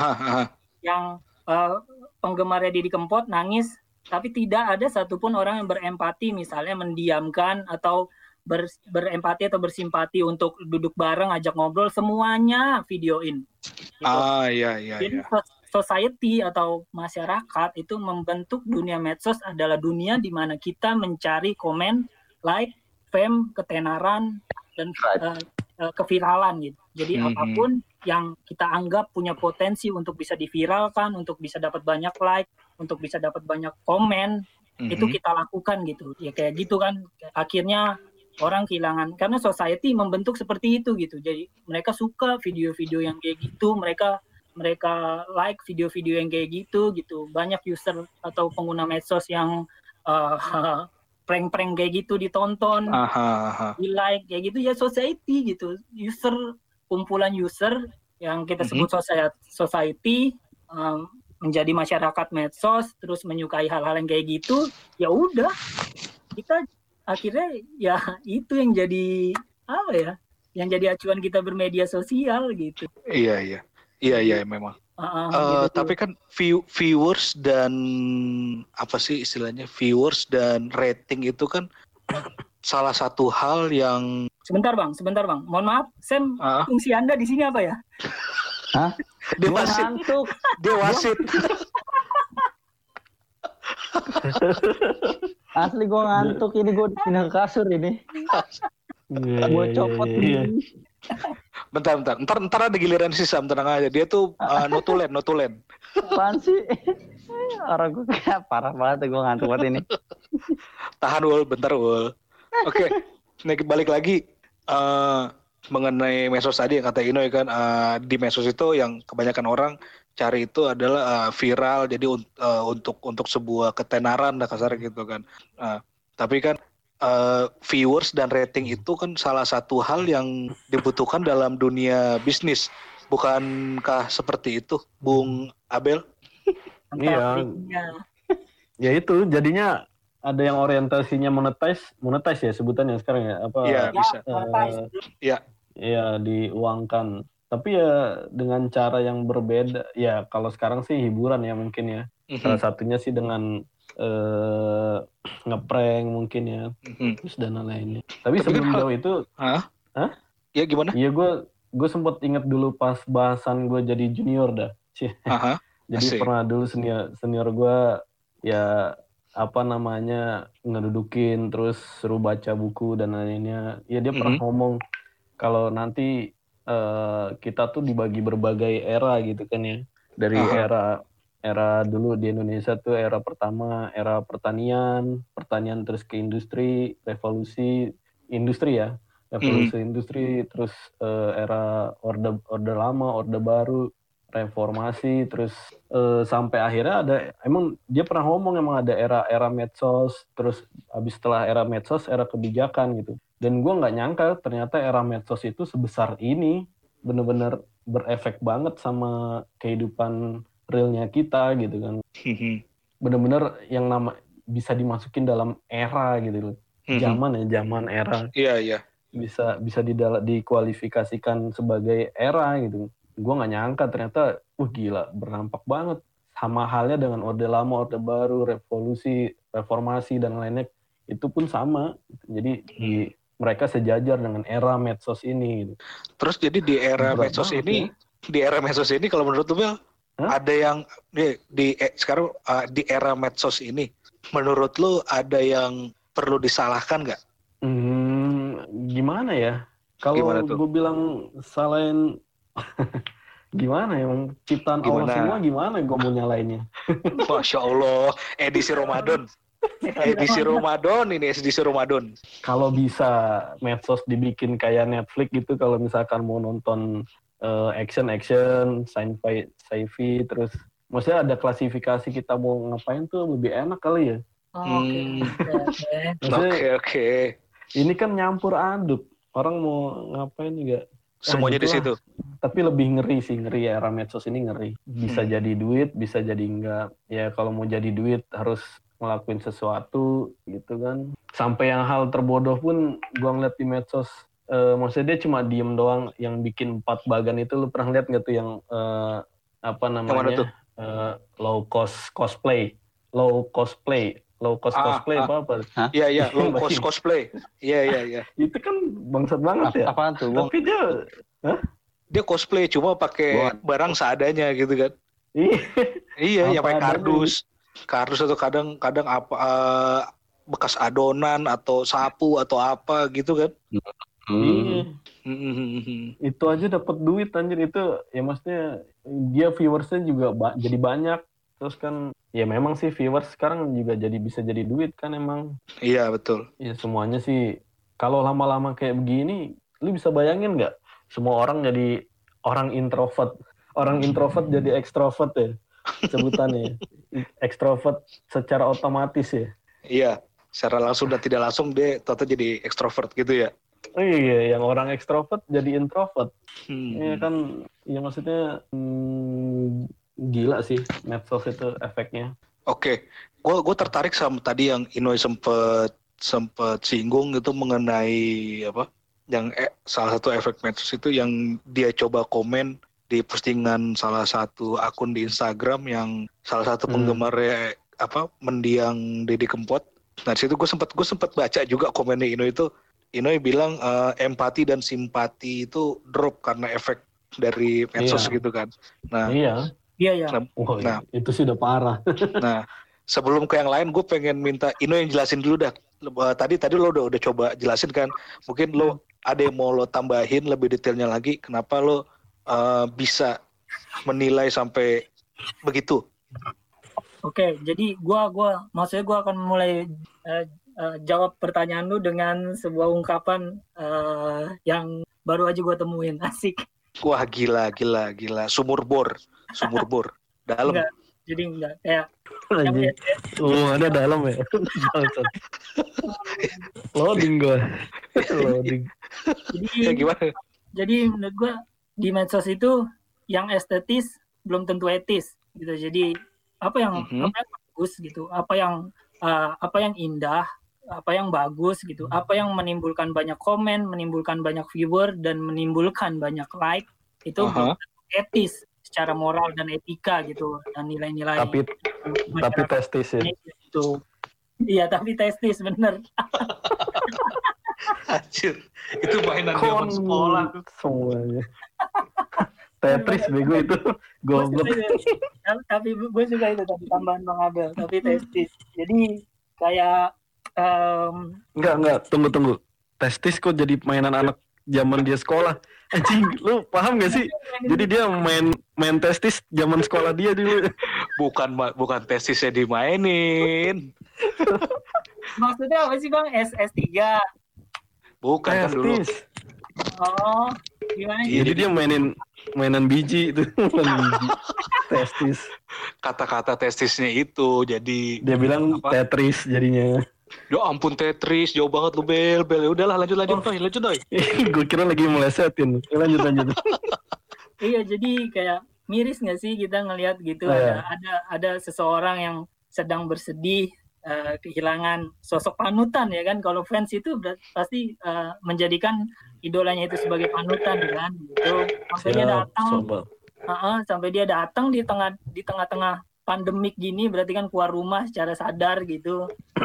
yang penggemarnya Didi Kempot nangis, tapi tidak ada satupun orang yang berempati, misalnya mendiamkan atau berempati atau bersimpati untuk duduk bareng, ajak ngobrol, semuanya videoin. Gitu. Iya. Jadi society atau masyarakat itu membentuk dunia medsos adalah dunia di mana kita mencari komen, like, fame, ketenaran, dan keviralan gitu. Jadi apapun yang kita anggap punya potensi untuk bisa diviralkan, untuk bisa dapat banyak like, untuk bisa dapat banyak komen, itu kita lakukan gitu. Ya kayak gitu kan. Akhirnya orang kehilangan, karena society membentuk seperti itu gitu. Jadi mereka suka video-video yang kayak gitu, mereka like video-video yang kayak gitu. Banyak user atau pengguna medsos yang prank-prank kayak gitu ditonton, di like kayak gitu ya, society gitu. Kumpulan user yang kita sebut society menjadi masyarakat medsos, terus menyukai hal-hal yang kayak gitu, ya udah kita akhirnya ya itu yang jadi yang jadi acuan kita bermedia sosial gitu. Iya memang. Gitu. Tapi kan viewers dan viewers dan rating itu kan salah satu hal yang. Sebentar bang, mohon maaf, Sam, fungsi Anda di sini apa ya? Hah? Dia wasit. Asli gue ngantuk ini, gue pindah ke kasur ini. Gue copot ini. Bentar. Ntar ada giliran si Sam, tenang aja. Dia tuh notulen. Apaan sih? Orang gue kayak parah banget, gue ngantuk banget ini. Tahan Wul, bentar Wul. Oke, balik lagi mengenai medsos tadi yang kata Inoy kan, di medsos itu yang kebanyakan orang cari itu adalah viral, jadi untuk sebuah ketenaran lah kasar gitu kan. Tapi kan viewers dan rating itu kan salah satu hal yang dibutuhkan dalam dunia bisnis, bukankah seperti itu, Bung Abel? Iya. Ya itu jadinya ada yang orientasinya monetize ya sebutannya sekarang ya, apa? Iya, bisa. Iya, diuangkan. Tapi ya dengan cara yang berbeda. Ya kalau sekarang sih hiburan ya mungkin ya. Salah satunya sih dengan ngeprank mungkin ya, terus dan lainnya. Tapi sebelum jauh itu, Ya gimana? Iya gue sempat inget dulu pas bahasan gue jadi junior dah. Jadi pernah dulu senior gue ya ngedudukin terus suruh baca buku dan lainnya. Ya dia pernah ngomong kalau nanti kita tuh dibagi berbagai era gitu kan ya. Dari era dulu di Indonesia tuh era pertama, era pertanian terus ke industri, revolusi industri, terus era orde lama, orde baru, reformasi, terus sampai akhirnya dia pernah ngomong emang ada era medsos, terus habis setelah era medsos, era kebijakan gitu. Dan gue nggak nyangka ternyata era medsos itu sebesar ini, bener-bener berefek banget sama kehidupan realnya kita gitu kan. Bener-bener yang bisa dimasukin dalam era gitu loh. Zaman era. Iya. Bisa dikualifikasikan sebagai era gitu. Gue nggak nyangka ternyata, gila, berdampak banget. Sama halnya dengan orde lama, orde baru, revolusi, reformasi dan lainnya, itu pun sama. Jadi mereka sejajar dengan era medsos ini. Gitu. Terus jadi di era medsos ini, kalau menurut lu ada yang sekarang di era medsos ini, menurut lu ada yang perlu disalahkan nggak? Gimana ya? Kalau gue bilang salahin gimana ya? Ciptaan Allah semua gimana gue mau nyalainnya? Masya Allah, edisi Ramadan. Edisi Ramadan. Kalau bisa medsos dibikin kayak Netflix gitu, kalau misalkan mau nonton action, sci-fi, terus maksudnya ada klasifikasi kita mau ngapain tuh lebih enak kali ya. Oke. Ini kan nyampur aduk. Orang mau ngapain juga. Semuanya di situ. Tapi lebih ngeri ya, era medsos ini ngeri. Bisa jadi duit, bisa jadi enggak. Ya kalau mau jadi duit harus ngelakuin sesuatu gitu kan. Sampai yang hal terbodoh pun gua ngeliat di medsos. Maksudnya dia cuma diem doang, yang bikin 4 bagan itu. Lu pernah lihat nggak tuh yang low cost cosplay apa? Iya, low cost cosplay. Iya. Itu kan bangsat banget ya. Apaan tuh? Tapi dia cosplay cuma pakai barang seadanya gitu kan. Iya, yang pakai kardus atau kadang apa bekas adonan atau sapu atau apa gitu kan. Itu aja dapat duit anjir. Itu ya maksudnya dia viewersnya juga jadi banyak. Terus kan ya memang sih viewers sekarang juga bisa jadi duit kan emang. Iya betul. Ya semuanya sih kalau lama-lama kayak begini, lu bisa bayangin nggak semua orang jadi orang introvert jadi ekstrovert ya sebutannya. Ekstrovert secara otomatis ya. Iya, secara langsung dan tidak langsung dia total jadi ekstrovert gitu ya. Oh iya, yang orang ekstrovert jadi introvert. Iya kan, ya maksudnya gila sih medsos itu efeknya. Oke. Gue tertarik sama tadi yang Inoy sempet singgung itu mengenai apa? Yang salah satu efek medsos itu yang dia coba komen di postingan salah satu akun di Instagram yang salah satu penggemarnya mendiang Deddy Kempot. Nah di situ gue sempat baca juga komennya Inoy itu. Inoy bilang empati dan simpati itu drop karena efek dari medsos gitu kan. Nah. Iya. Nah, itu sih udah parah. Nah, sebelum ke yang lain, gue pengen minta Ino yang jelasin dulu dah. Tadi lo udah coba jelasin kan. Mungkin lo ada yang mau lo tambahin lebih detailnya lagi. Kenapa lo bisa menilai sampai begitu? Oke, jadi gue akan mulai jawab pertanyaan lu dengan sebuah ungkapan yang baru aja gue temuin. Asik. Wah gila. Sumur bor dalam. Enggak, jadi enggak kayak. Ada dalam ya. Loading gue. Jadi gimana? Jadi menurut gue di medsos itu yang estetis belum tentu etis gitu. Jadi apa yang bagus gitu, apa yang indah, apa yang bagus gitu, apa yang menimbulkan banyak komen, menimbulkan banyak viewer dan menimbulkan banyak like itu etis secara moral dan etika gitu dan nilai-nilai. Tapi testis ya. Gitu. Iya, tapi testis bener. Anjir, itu mainan zaman sekolah tuh. Semuanya. Tetris bego itu. Goblok. Tapi gue suka itu tadi tambahan Bang Abel, tapi testis. Jadi kayak Enggak, tunggu. Testis kok jadi mainan anak zaman dia sekolah. Anjing, lu paham gak sih? Jadi dia main testis zaman sekolah dia dulu. Bukan testisnya dimainin. Maksudnya apa sih Bang? S3? Bukan kan dulu. Oh, gimana? Jadi dia mainan biji itu. Testis. Kata-kata testisnya itu jadi dia bilang apa? Tetris jadinya. Ya ampun Tetris, jauh banget lu Bel. Ya udahlah lanjut doi. Gue kira lagi melesetin. Lanjut. Iya, jadi kayak miris nggak sih kita ngelihat gitu ada seseorang yang sedang bersedih kehilangan sosok panutan ya kan. Kalau fans itu pasti menjadikan idolanya itu sebagai panutan kan gitu. Sampai dia datang di tengah-tengah pandemik gini, berarti kan keluar rumah secara sadar gitu.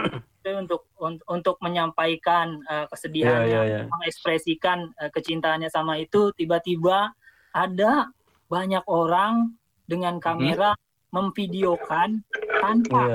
Untuk menyampaikan kesedihannya, mengekspresikan kecintaannya sama itu, tiba-tiba ada banyak orang dengan kamera memvideokan tanpa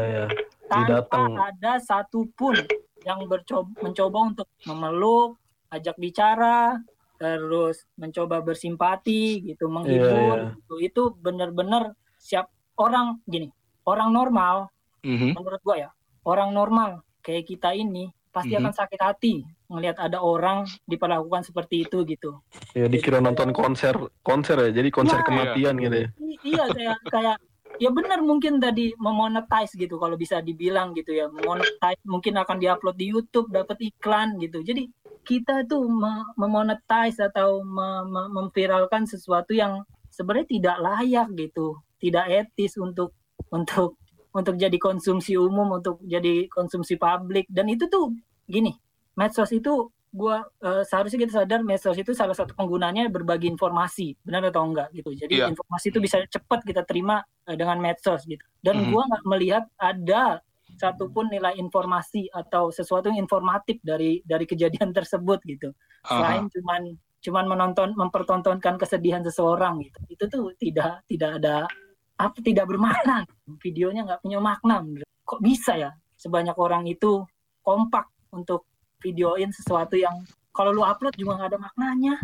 ada satupun yang mencoba untuk memeluk, ajak bicara, terus mencoba bersimpati gitu, menghibur. Itu benar-benar orang normal, menurut gua ya, orang normal kayak kita ini pasti akan sakit hati ngelihat ada orang diperlakukan seperti itu gitu. Ya dikira nonton konser ya, jadi konser kematian gitu ya. Iya, kayak ya benar, mungkin tadi memonetize gitu kalau bisa dibilang gitu ya, memonetize, mungkin akan diupload di YouTube, dapat iklan gitu. Jadi kita tuh memonetize atau memviralkan sesuatu yang sebenarnya tidak layak gitu, tidak etis untuk jadi konsumsi umum, untuk jadi konsumsi publik. Dan itu tuh gini, medsos itu seharusnya kita sadar medsos itu salah satu penggunanya berbagi informasi, benar atau enggak gitu. Jadi informasi itu bisa cepat kita terima dengan medsos gitu. Dan gua nggak melihat ada satupun nilai informasi atau sesuatu yang informatif dari kejadian tersebut gitu. Selain cuman mempertontonkan kesedihan seseorang gitu. Itu tuh tidak ada tidak bermakna. Videonya nggak punya makna. Kok bisa ya sebanyak orang itu kompak untuk videoin sesuatu yang kalau lu upload juga nggak ada maknanya.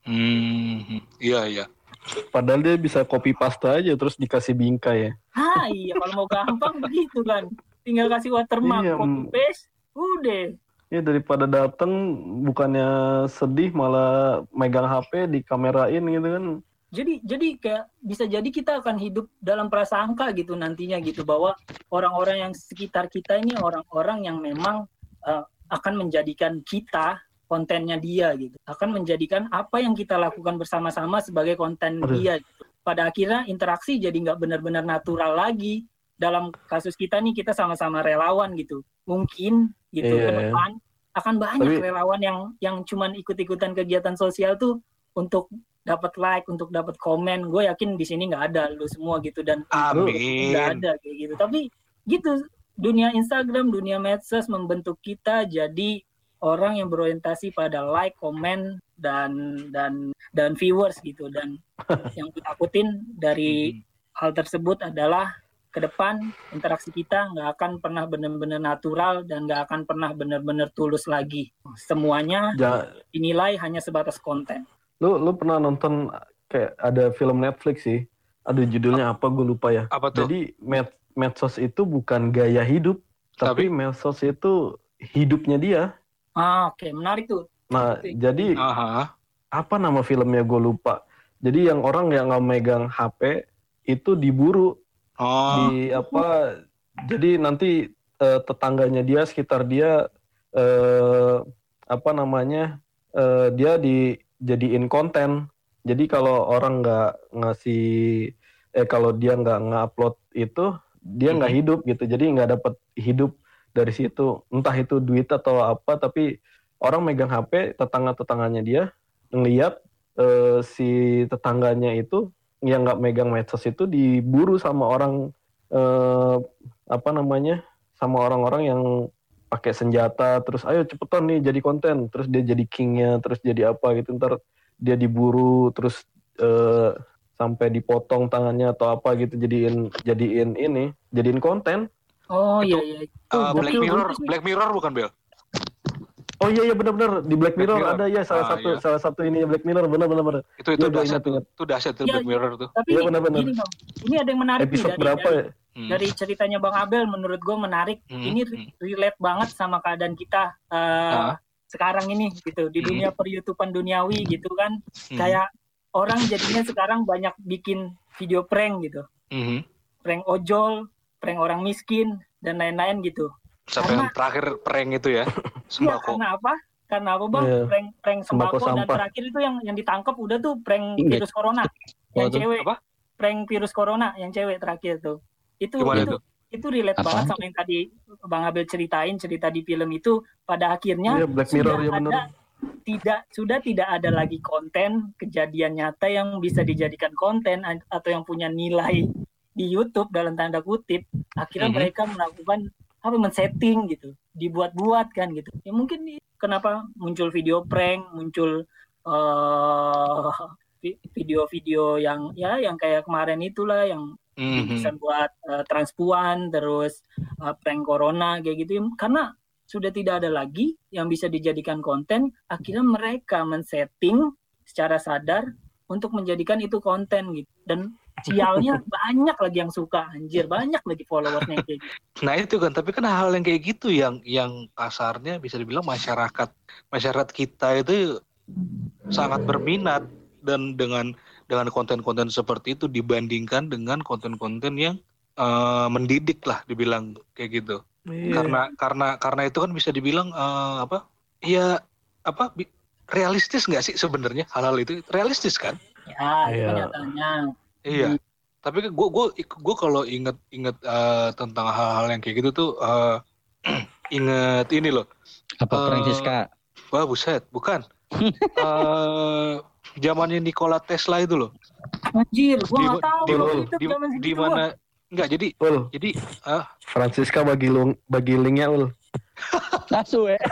Iya. Padahal dia bisa copy paste aja terus dikasih bingkai ya. Iya, kalau mau gampang begitu kan. Tinggal kasih watermark, copy paste, udah. Ya daripada datang bukannya sedih malah megang HP dikamerain gitu kan. Jadi kayak bisa jadi kita akan hidup dalam prasangka gitu nantinya gitu, bahwa orang-orang yang sekitar kita ini orang-orang yang memang akan menjadikan kita kontennya dia gitu, akan menjadikan apa yang kita lakukan bersama-sama sebagai konten dia gitu. Pada akhirnya interaksi jadi nggak benar-benar natural lagi. Dalam kasus kita nih, kita sama-sama relawan gitu, mungkin gitu ke depan akan banyak relawan yang cuman ikut-ikutan kegiatan sosial tuh untuk dapat like, untuk dapat komen. Gue yakin di sini nggak ada lu semua gitu, dan nggak ada kayak gitu. Tapi gitu, dunia Instagram, dunia medsos membentuk kita jadi orang yang berorientasi pada like, komen, dan viewers gitu. Dan yang gue takutin dari hal tersebut adalah ke depan interaksi kita nggak akan pernah benar-benar natural dan nggak akan pernah benar-benar tulus lagi. Semuanya dinilai hanya sebatas konten. Lu pernah nonton kayak ada film Netflix sih, ada judulnya apa gue lupa ya. Apa tuh? Jadi medsos itu bukan gaya hidup, tapi medsos itu hidupnya dia. Oke, menarik tuh. Nah, jadi apa nama filmnya gue lupa. Jadi yang orang yang nggak megang HP itu diburu. Jadi nanti tetangganya dia, sekitar dia dia dijadiin konten. Jadi kalau orang nggak kalau dia nggak nge-upload itu, dia nggak hidup gitu. Jadi nggak dapat hidup dari situ. Entah itu duit atau apa, tapi orang megang HP, tetangganya dia ngeliat si tetangganya itu yang nggak megang medsos itu diburu sama orang sama orang-orang yang pakai senjata, terus ayo cepetan nih jadi konten, terus dia jadi kingnya, terus jadi apa gitu, ntar dia diburu, terus sampai dipotong tangannya atau apa gitu, jadiin konten. Oh Itu, iya. Black Mirror bukan Bel? Oh iya benar-benar di Black Mirror ada ya salah satu ini Black Mirror benar. Itu dahsyat itu dahsyat tuh Black Mirror tuh. Tapi gini Bang, ini ada yang menarik episode nih berapa ya? Dari ceritanya Bang Abel, menurut gue menarik. Ini relate banget sama keadaan kita sekarang ini gitu di dunia per-YouTubean duniawi gitu kan. Kayak orang jadinya sekarang banyak bikin video prank gitu, prank ojol, prank orang miskin dan lain-lain gitu. Sampai yang terakhir prank itu ya, sembako. Iya, karena apa Bang? Prank sembako dan terakhir itu yang ditangkap udah tuh prank virus corona yang cewek. Apa? Prank virus corona yang cewek terakhir tuh. Itu relate banget sama yang tadi Bang Abel ceritain, cerita di film itu. Pada akhirnya Black Mirror, sudah tidak ada lagi konten kejadian nyata yang bisa dijadikan konten atau yang punya nilai di YouTube dalam tanda kutip. Akhirnya mereka melakukan men-setting gitu, dibuat-buat kan gitu. Ya mungkin kenapa muncul video prank, muncul video-video yang kayak kemarin itulah yang bisa buat transpuan, terus prank corona kayak gitu. Karena sudah tidak ada lagi yang bisa dijadikan konten, akhirnya mereka men-setting secara sadar untuk menjadikan itu konten gitu. Dan sialnya banyak lagi yang suka, anjir, banyak lagi followersnya kayak gitu. Nah itu kan, tapi kan hal yang kayak gitu yang kasarnya bisa dibilang masyarakat kita itu sangat berminat, dan dengan konten-konten seperti itu dibandingkan dengan konten-konten yang mendidik lah dibilang kayak gitu. Karena itu kan bisa dibilang realistis nggak sih sebenarnya hal-hal itu realistis kan? Ya, itu kenyataannya. Iya, tapi gue kalau inget tentang hal-hal yang kayak gitu tuh inget ini loh. Apa Francisca? Wah buset, bukan. Zamannya Nikola Tesla itu loh. Anjir, gue nggak tahu. Di mana? Enggak, jadi Francisca bagi linknya ul. Langsung ya.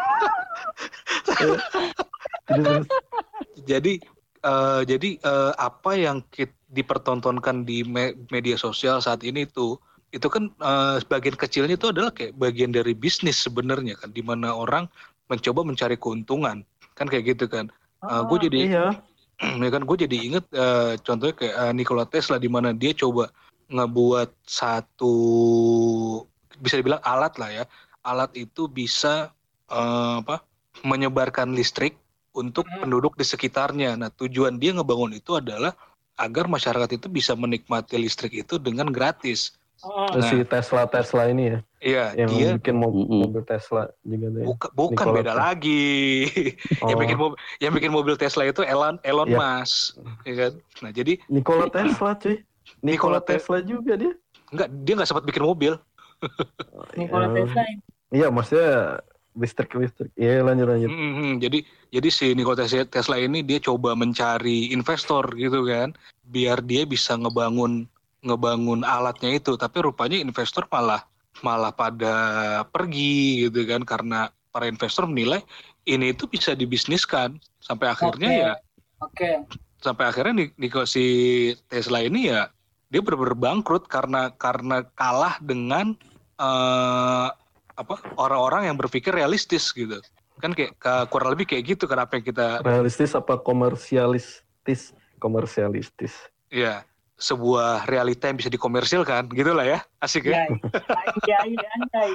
Jadi apa yang dipertontonkan di media sosial saat ini itu kan sebagian kecilnya itu adalah kayak bagian dari bisnis sebenarnya kan, di mana orang mencoba mencari keuntungan kan kayak gitu kan. Gue jadi inget contohnya kayak Nikola Tesla, di mana dia coba ngebuat satu bisa dibilang alat lah ya. Alat itu bisa menyebarkan listrik untuk penduduk di sekitarnya. Nah, tujuan dia ngebangun itu adalah agar masyarakat itu bisa menikmati listrik itu dengan gratis. Si Tesla ini ya? Iya, yang dia bikin mobil Tesla juga tuh. Bukan beda lagi. Yang bikin mobil Tesla itu Elon Musk, ya kan? Nah, jadi Nikola Tesla cuy. Nikola Tesla juga dia. Enggak, dia nggak sempat bikin mobil. Nikola Tesla. Iya, maksudnya listrik. Iya, lanjut. Jadi si Nikola Tesla ini dia coba mencari investor gitu kan, biar dia bisa ngebangun alatnya itu. Tapi rupanya investor malah pada pergi gitu kan, karena para investor menilai ini itu bisa dibisniskan. Sampai akhirnya sampai akhirnya si Tesla ini ya dia benar-benar bangkrut karena kalah dengan orang-orang yang berpikir realistis gitu kan, kayak kurang lebih kayak gitu kan, apa yang kita realistis apa komersialistis. Iya, sebuah realita yang bisa dikomersilkan gitulah ya, asik ya. Iya.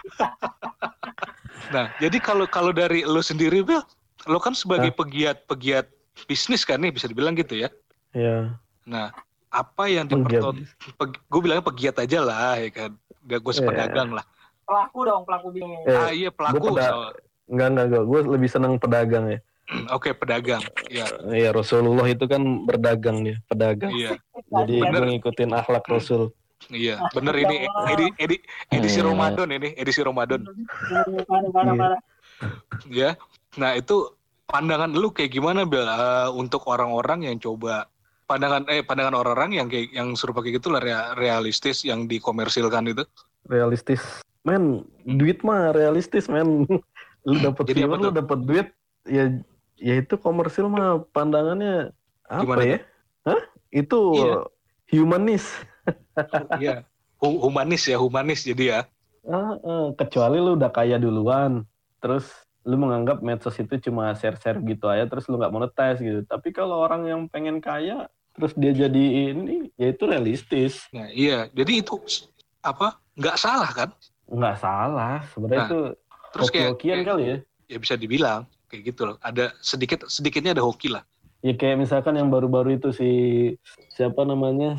Nah, jadi kalau dari lo sendiri Bel, lo kan sebagai pegiat bisnis kan nih, bisa dibilang gitu ya. Iya. Nah, apa yang gue bilangnya pegiat aja lah ya kan, gak gue sepedagang lah. Pelaku bisnis. Iya pelaku. Enggak. Gue lebih senang pedagang ya. Oke, pedagang. Iya. Iya, Rasulullah itu kan berdagang dia, pedagang. Iya. Jadi gue ngikutin akhlak Rasul. Iya, bener ini edisi Ramadan ini, edisi Ramadan. Parah. Ya. Nah, itu pandangan lu kayak gimana Bel, untuk orang-orang yang coba pandangan orang-orang yang serupa kayak gitu lah, realistis yang dikomersilkan itu? Realistis Men, duit mah realistis, men. Lu dapet Jadi viewer, apa lu tuh? dapet duit, ya itu komersil mah pandangannya apa Gimana ya? Hah? Itu Iya. humanis. Iya. Humanis jadi ya. Kecuali lu udah kaya duluan, terus lu menganggap medsos itu cuma share-share gitu aja, terus lu nggak monetize gitu. Tapi kalau orang yang pengen kaya, terus dia jadi ini, ya itu realistis. Nah, iya. Jadi itu apa? Nggak salah kan? Nggak salah, sebenarnya Nah, itu terus hoki-hokian kali ya. Ya bisa dibilang kayak gitu loh. Ada sedikitnya ada hoki lah. Ya kayak misalkan yang baru-baru itu siapa namanya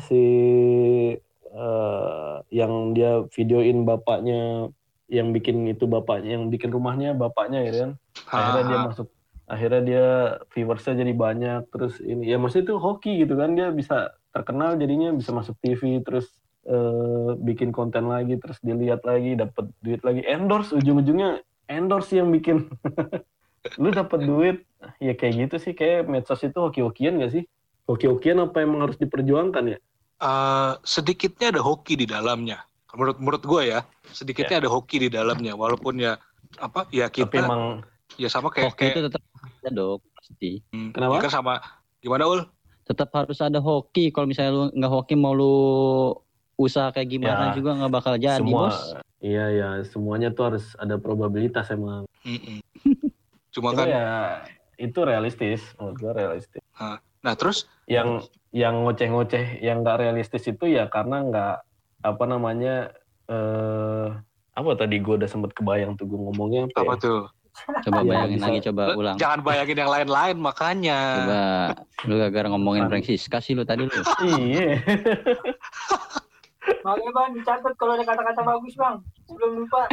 yang dia videoin bapaknya, yang bikin rumahnya bapaknya ya kan. Akhirnya dia viewersnya jadi banyak, terus ini ya maksudnya itu hoki gitu kan, dia bisa terkenal jadinya, bisa masuk TV, terus bikin konten lagi, terus dilihat lagi, dapat duit lagi, endorse, ujung-ujungnya endorse yang bikin lu dapat duit. Ya kayak gitu sih, kayak medsos itu hoki-hokian gak sih? Hoki-hokian apa emang harus diperjuangkan ya? Sedikitnya ada hoki di dalamnya. Menurut gue ya, sedikitnya ada hoki di dalamnya. Walaupun ya apa ya kita. Tapi emang ya sama kayak hoki itu tetap ada dong pasti. Kenapa? Ya kan sama gimana Ul? Tetap harus ada hoki. Kalau misalnya lu nggak hoki mau lu usaha kayak gimana Ya, juga nggak bakal jadi, bos. Iya, semuanya tuh harus ada probabilitas emang. Cuma kan kan ya itu realistis, menurut gue realistis. Nah terus yang ngoceh-ngoceh, yang nggak realistis itu ya karena nggak apa namanya apa tadi gue udah sempet kebayang tuh gue ngomongnya apa tuh? Coba Ya, bayangin bisa. lagi, coba ulang. Jangan bayangin yang lain-lain makanya. Coba lu gara-gara ngomongin Francisca sih lu tadi lu. Iya. Makanya Bang, dicatat kalau ada kata-kata bagus Bang, sebelum lupa.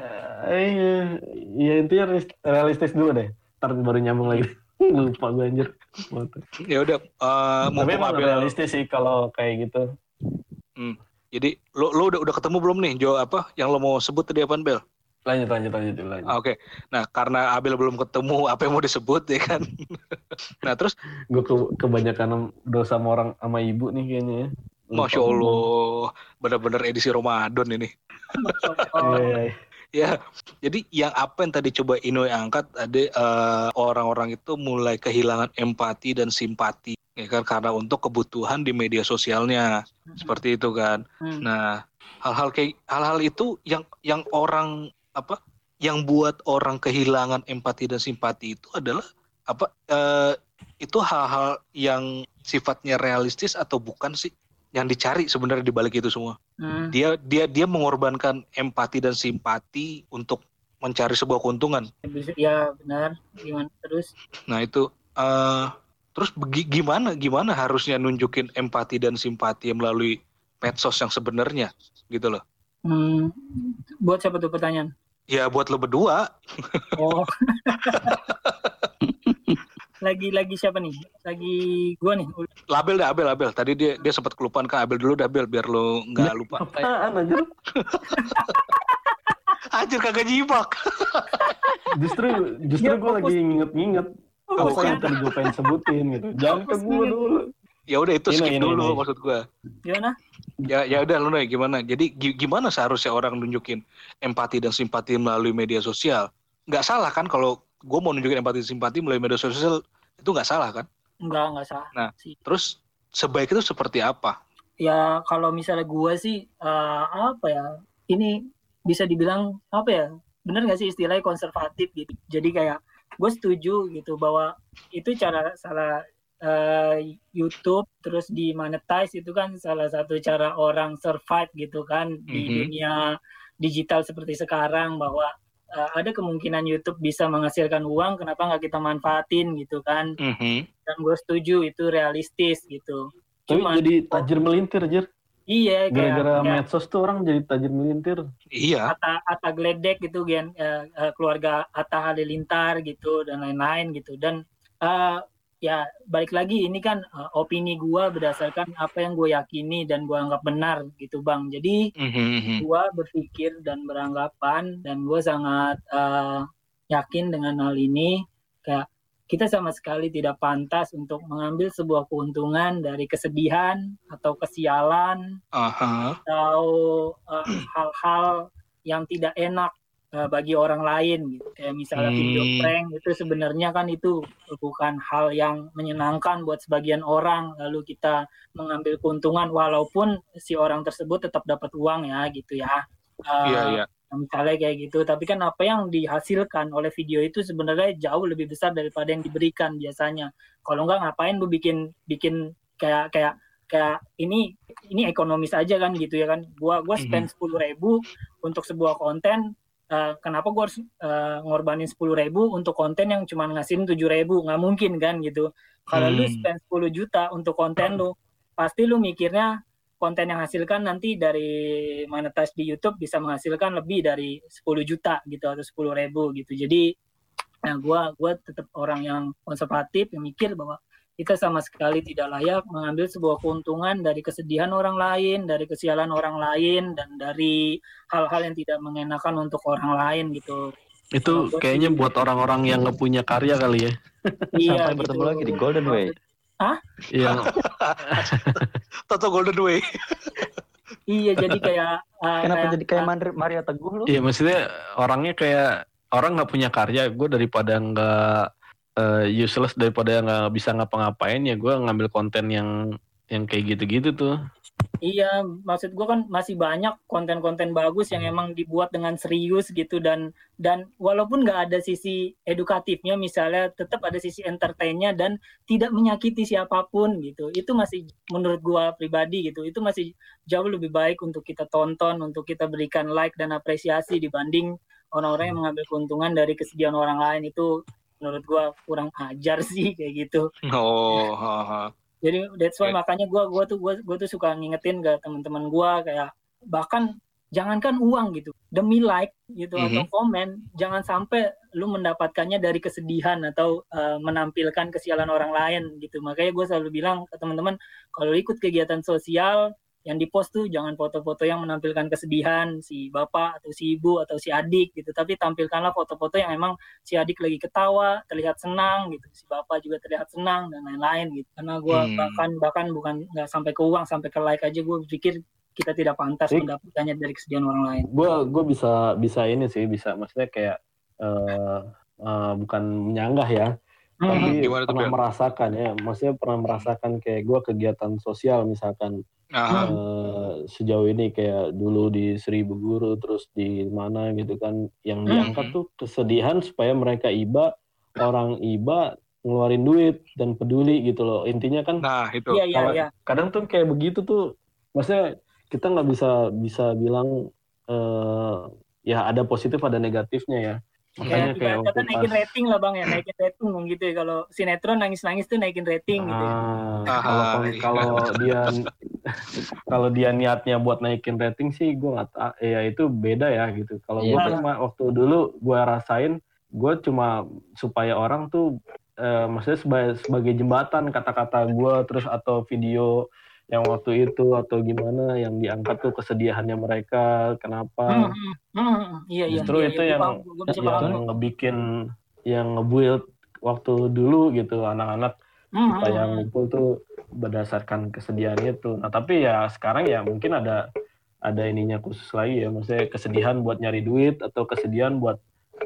Iya intinya realistis dulu deh. Ntar baru nyambung lagi. Lupa gue anjir. Ya udah. Tapi emang realistis sih kalau kayak gitu. Jadi lo udah ketemu belum nih Jo apa yang lo mau sebut tadi apaan Bel? Lanjut. Oke. Nah karena Abel belum ketemu apa yang mau disebut ya kan. Nah terus gue kebanyakan dosa sama orang sama ibu nih kayaknya ya. Masya Allah, benar-benar edisi Ramadan ini. Ya, jadi yang apa yang tadi coba Inoy angkat, ada orang-orang itu mulai kehilangan empati dan simpati, ya kan, karena untuk kebutuhan di media sosialnya, seperti itu kan. Nah, hal-hal itu yang orang apa, yang buat orang kehilangan empati dan simpati itu adalah apa? Itu hal-hal yang sifatnya realistis atau bukan sih? Yang dicari sebenarnya di balik itu semua. Dia mengorbankan empati dan simpati untuk mencari sebuah keuntungan. Ya benar. Gimana terus? Nah itu terus gimana harusnya nunjukin empati dan simpati melalui medsos yang sebenarnya gitu loh. Buat siapa tuh pertanyaan? Ya buat lo berdua. Oh. Lagi siapa nih? Lagi gua nih. Abel. Tadi dia sempat kelupaan ke Abel dulu dah Abel biar lo nggak lupa. Apaan anjir? Anjir kagak jibak. Justru gue lagi nginget apa yang tadi gue pengen sebutin gitu. Jangan ke gue dulu. Ya udah itu skip dulu maksud gue. Gimana? Ya udah lo nih gimana? Jadi gimana seharusnya orang nunjukin empati dan simpati melalui media sosial? Nggak salah kan kalau gue mau nunjukin empati dan simpati melalui media sosial, itu nggak salah kan? Nggak salah. Nah, terus sebaik itu seperti apa? Ya kalau misalnya gue sih apa ya? Ini bisa dibilang apa ya? Bener nggak sih istilahnya konservatif gitu? Jadi kayak gue setuju gitu bahwa itu cara salah YouTube terus dimonetize itu kan salah satu cara orang survive gitu kan di dunia digital seperti sekarang, bahwa ada kemungkinan YouTube bisa menghasilkan uang, kenapa nggak kita manfaatin gitu kan? Dan gue setuju itu realistis gitu. Tapi jadi tajir melintir aja. Iya, gara-gara medsos tuh orang jadi tajir melintir. Iya. Atta Gledek gitu kan, keluarga Atta Halilintar gitu dan lain-lain gitu. Dan ya balik lagi ini kan opini gue berdasarkan apa yang gue yakini dan gue anggap benar gitu Bang. Jadi gue berpikir dan beranggapan dan gue sangat yakin dengan hal ini, kayak kita sama sekali tidak pantas untuk mengambil sebuah keuntungan dari kesedihan atau kesialan atau hal-hal yang tidak enak bagi orang lain gitu. Kayak misalnya video prank itu sebenarnya kan itu bukan hal yang menyenangkan buat sebagian orang, lalu kita mengambil keuntungan walaupun si orang tersebut tetap dapat uang ya gitu ya. Iya. Misalnya kayak gitu, tapi kan apa yang dihasilkan oleh video itu sebenarnya jauh lebih besar daripada yang diberikan biasanya. Kalau enggak ngapain lu bikin kayak ini ekonomis aja kan gitu ya kan. Gua spend 10.000 untuk sebuah konten. Kenapa gue harus ngorbanin 10.000 untuk konten yang cuma ngasihin 7.000? Nggak mungkin kan gitu. Kalau lu spend 10 juta untuk konten lu, pasti lu mikirnya konten yang hasilkan nanti dari monetize di YouTube bisa menghasilkan lebih dari 10 juta gitu atau 10.000 gitu. Jadi gue tetap orang yang konservatif yang mikir bahwa kita sama sekali tidak layak mengambil sebuah keuntungan dari kesedihan orang lain, dari kesialan orang lain, dan dari hal-hal yang tidak mengenakan untuk orang lain gitu. Itu kayaknya buat orang-orang yang nggak punya karya kali ya. Iya, Sampai bertemu lagi di Golden Way. Hah? Iya. Toto Golden Way. Iya, jadi kayak Kenapa jadi kayak Mario Teguh lu? Iya, maksudnya orangnya kayak orang nggak punya karya. Gue daripada nggak useless, daripada nggak bisa ngapa-ngapain, ya gue ngambil konten yang kayak gitu-gitu tuh. Iya, maksud gue kan masih banyak konten-konten bagus yang emang dibuat dengan serius gitu, dan walaupun nggak ada sisi edukatifnya misalnya, tetap ada sisi entertainnya dan tidak menyakiti siapapun gitu. Itu masih menurut gue pribadi gitu, itu masih jauh lebih baik untuk kita tonton, untuk kita berikan like dan apresiasi dibanding orang-orang yang mengambil keuntungan dari kesedihan orang lain. Itu menurut gue kurang ajar sih kayak gitu. Jadi that's why makanya gue tuh suka ngingetin ke teman-teman gue kayak, bahkan jangankan uang gitu, demi like gitu atau komen, jangan sampai lu mendapatkannya dari kesedihan atau menampilkan kesialan orang lain gitu. Makanya gue selalu bilang ke teman-teman, kalau ikut kegiatan sosial yang dipost tuh jangan foto-foto yang menampilkan kesedihan si bapak atau si ibu atau si adik gitu, tapi tampilkanlah foto-foto yang emang si adik lagi ketawa, terlihat senang gitu, si bapak juga terlihat senang dan lain-lain gitu. Karena gue bahkan bukan nggak sampai ke uang, sampai ke like aja gue pikir kita tidak pantas mendapatkannya dari kesedihan orang lain. Gue bisa ini sih, bisa maksudnya kayak bukan menyanggah ya, tapi pernah merasakan ya, maksudnya pernah merasakan kayak gue kegiatan sosial misalkan. Sejauh ini kayak dulu di Seribu Guru, terus di mana gitu kan, yang diangkat tuh kesedihan supaya mereka orang ngeluarin duit dan peduli gitu loh, intinya kan. Nah itu kadang tuh kayak begitu tuh, maksudnya kita nggak bisa bilang ya ada positif ada negatifnya ya. Makanya kayak kata naikin rating lah bang ya, naikin rating gitu ya, kalau sinetron nangis-nangis tuh naikin rating gitu ya. Kalau dia niatnya buat naikin rating sih gue nggak tahu ya, itu beda ya gitu. Kalau gue cuma waktu dulu gue rasain, gue cuma supaya orang tuh maksudnya sebagai jembatan kata-kata gue terus atau video yang waktu itu atau gimana yang diangkat tuh kesedihannya mereka kenapa. Justru itu yang ngebikin, yang nge-build waktu dulu gitu anak-anak supaya ngumpul tuh berdasarkan kesedihan itu. Nah tapi ya sekarang ya mungkin ada ininya khusus lagi ya, maksudnya kesedihan buat nyari duit atau kesedihan buat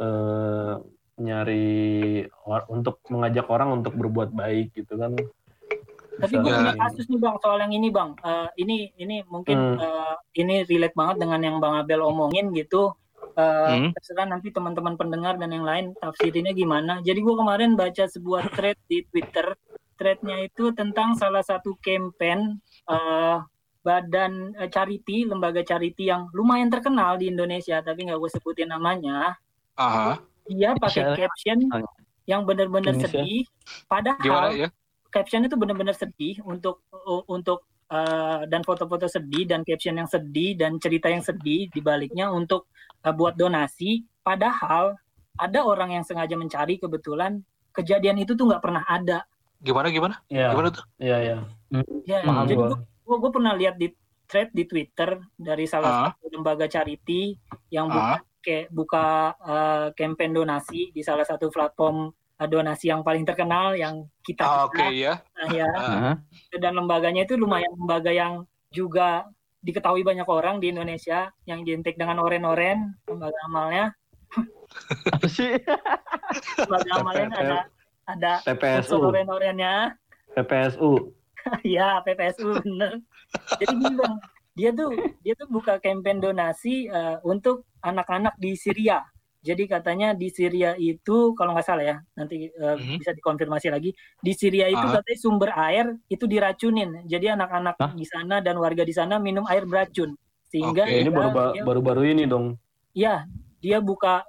untuk mengajak orang untuk berbuat baik gitu kan. Tapi gue punya kasus nih bang soal yang ini bang. Ini mungkin ini relate banget dengan yang Bang Abel omongin gitu. Terserah nanti teman-teman pendengar dan yang lain tafsirinnya gimana. Jadi gue kemarin baca sebuah thread di Twitter. Threadnya itu tentang salah satu campaign badan charity, lembaga charity yang lumayan terkenal di Indonesia, tapi nggak gue sebutin namanya. Dia pakai caption yang benar-benar sedih. Padahal caption itu benar-benar sedih untuk dan foto-foto sedih dan caption yang sedih dan cerita yang sedih di baliknya untuk buat donasi. Padahal ada orang yang sengaja mencari, kebetulan kejadian itu tuh nggak pernah ada. Gimana? Ya. Gimana tuh? Iya. Jadi gue pernah lihat di thread di Twitter dari salah satu lembaga charity yang buka campaign donasi di salah satu platform donasi yang paling terkenal yang kita Dan lembaganya itu lumayan lembaga yang juga diketahui banyak orang di Indonesia yang identik dengan oren-oren lembaga amalnya. Apa sih? Lembaga amalnya ada PPSU. unsur oren-orennya. PPSU. Ya, PPSU bener. Jadi gini Bang, dia tuh buka campaign donasi untuk anak-anak di Syria. Jadi katanya di Syria itu kalau nggak salah ya, nanti bisa dikonfirmasi lagi. Di Syria itu katanya sumber air itu diracunin. Jadi anak-anak di sana dan warga di sana minum air beracun. Sehingga ini baru-baru ini dong. Iya, dia buka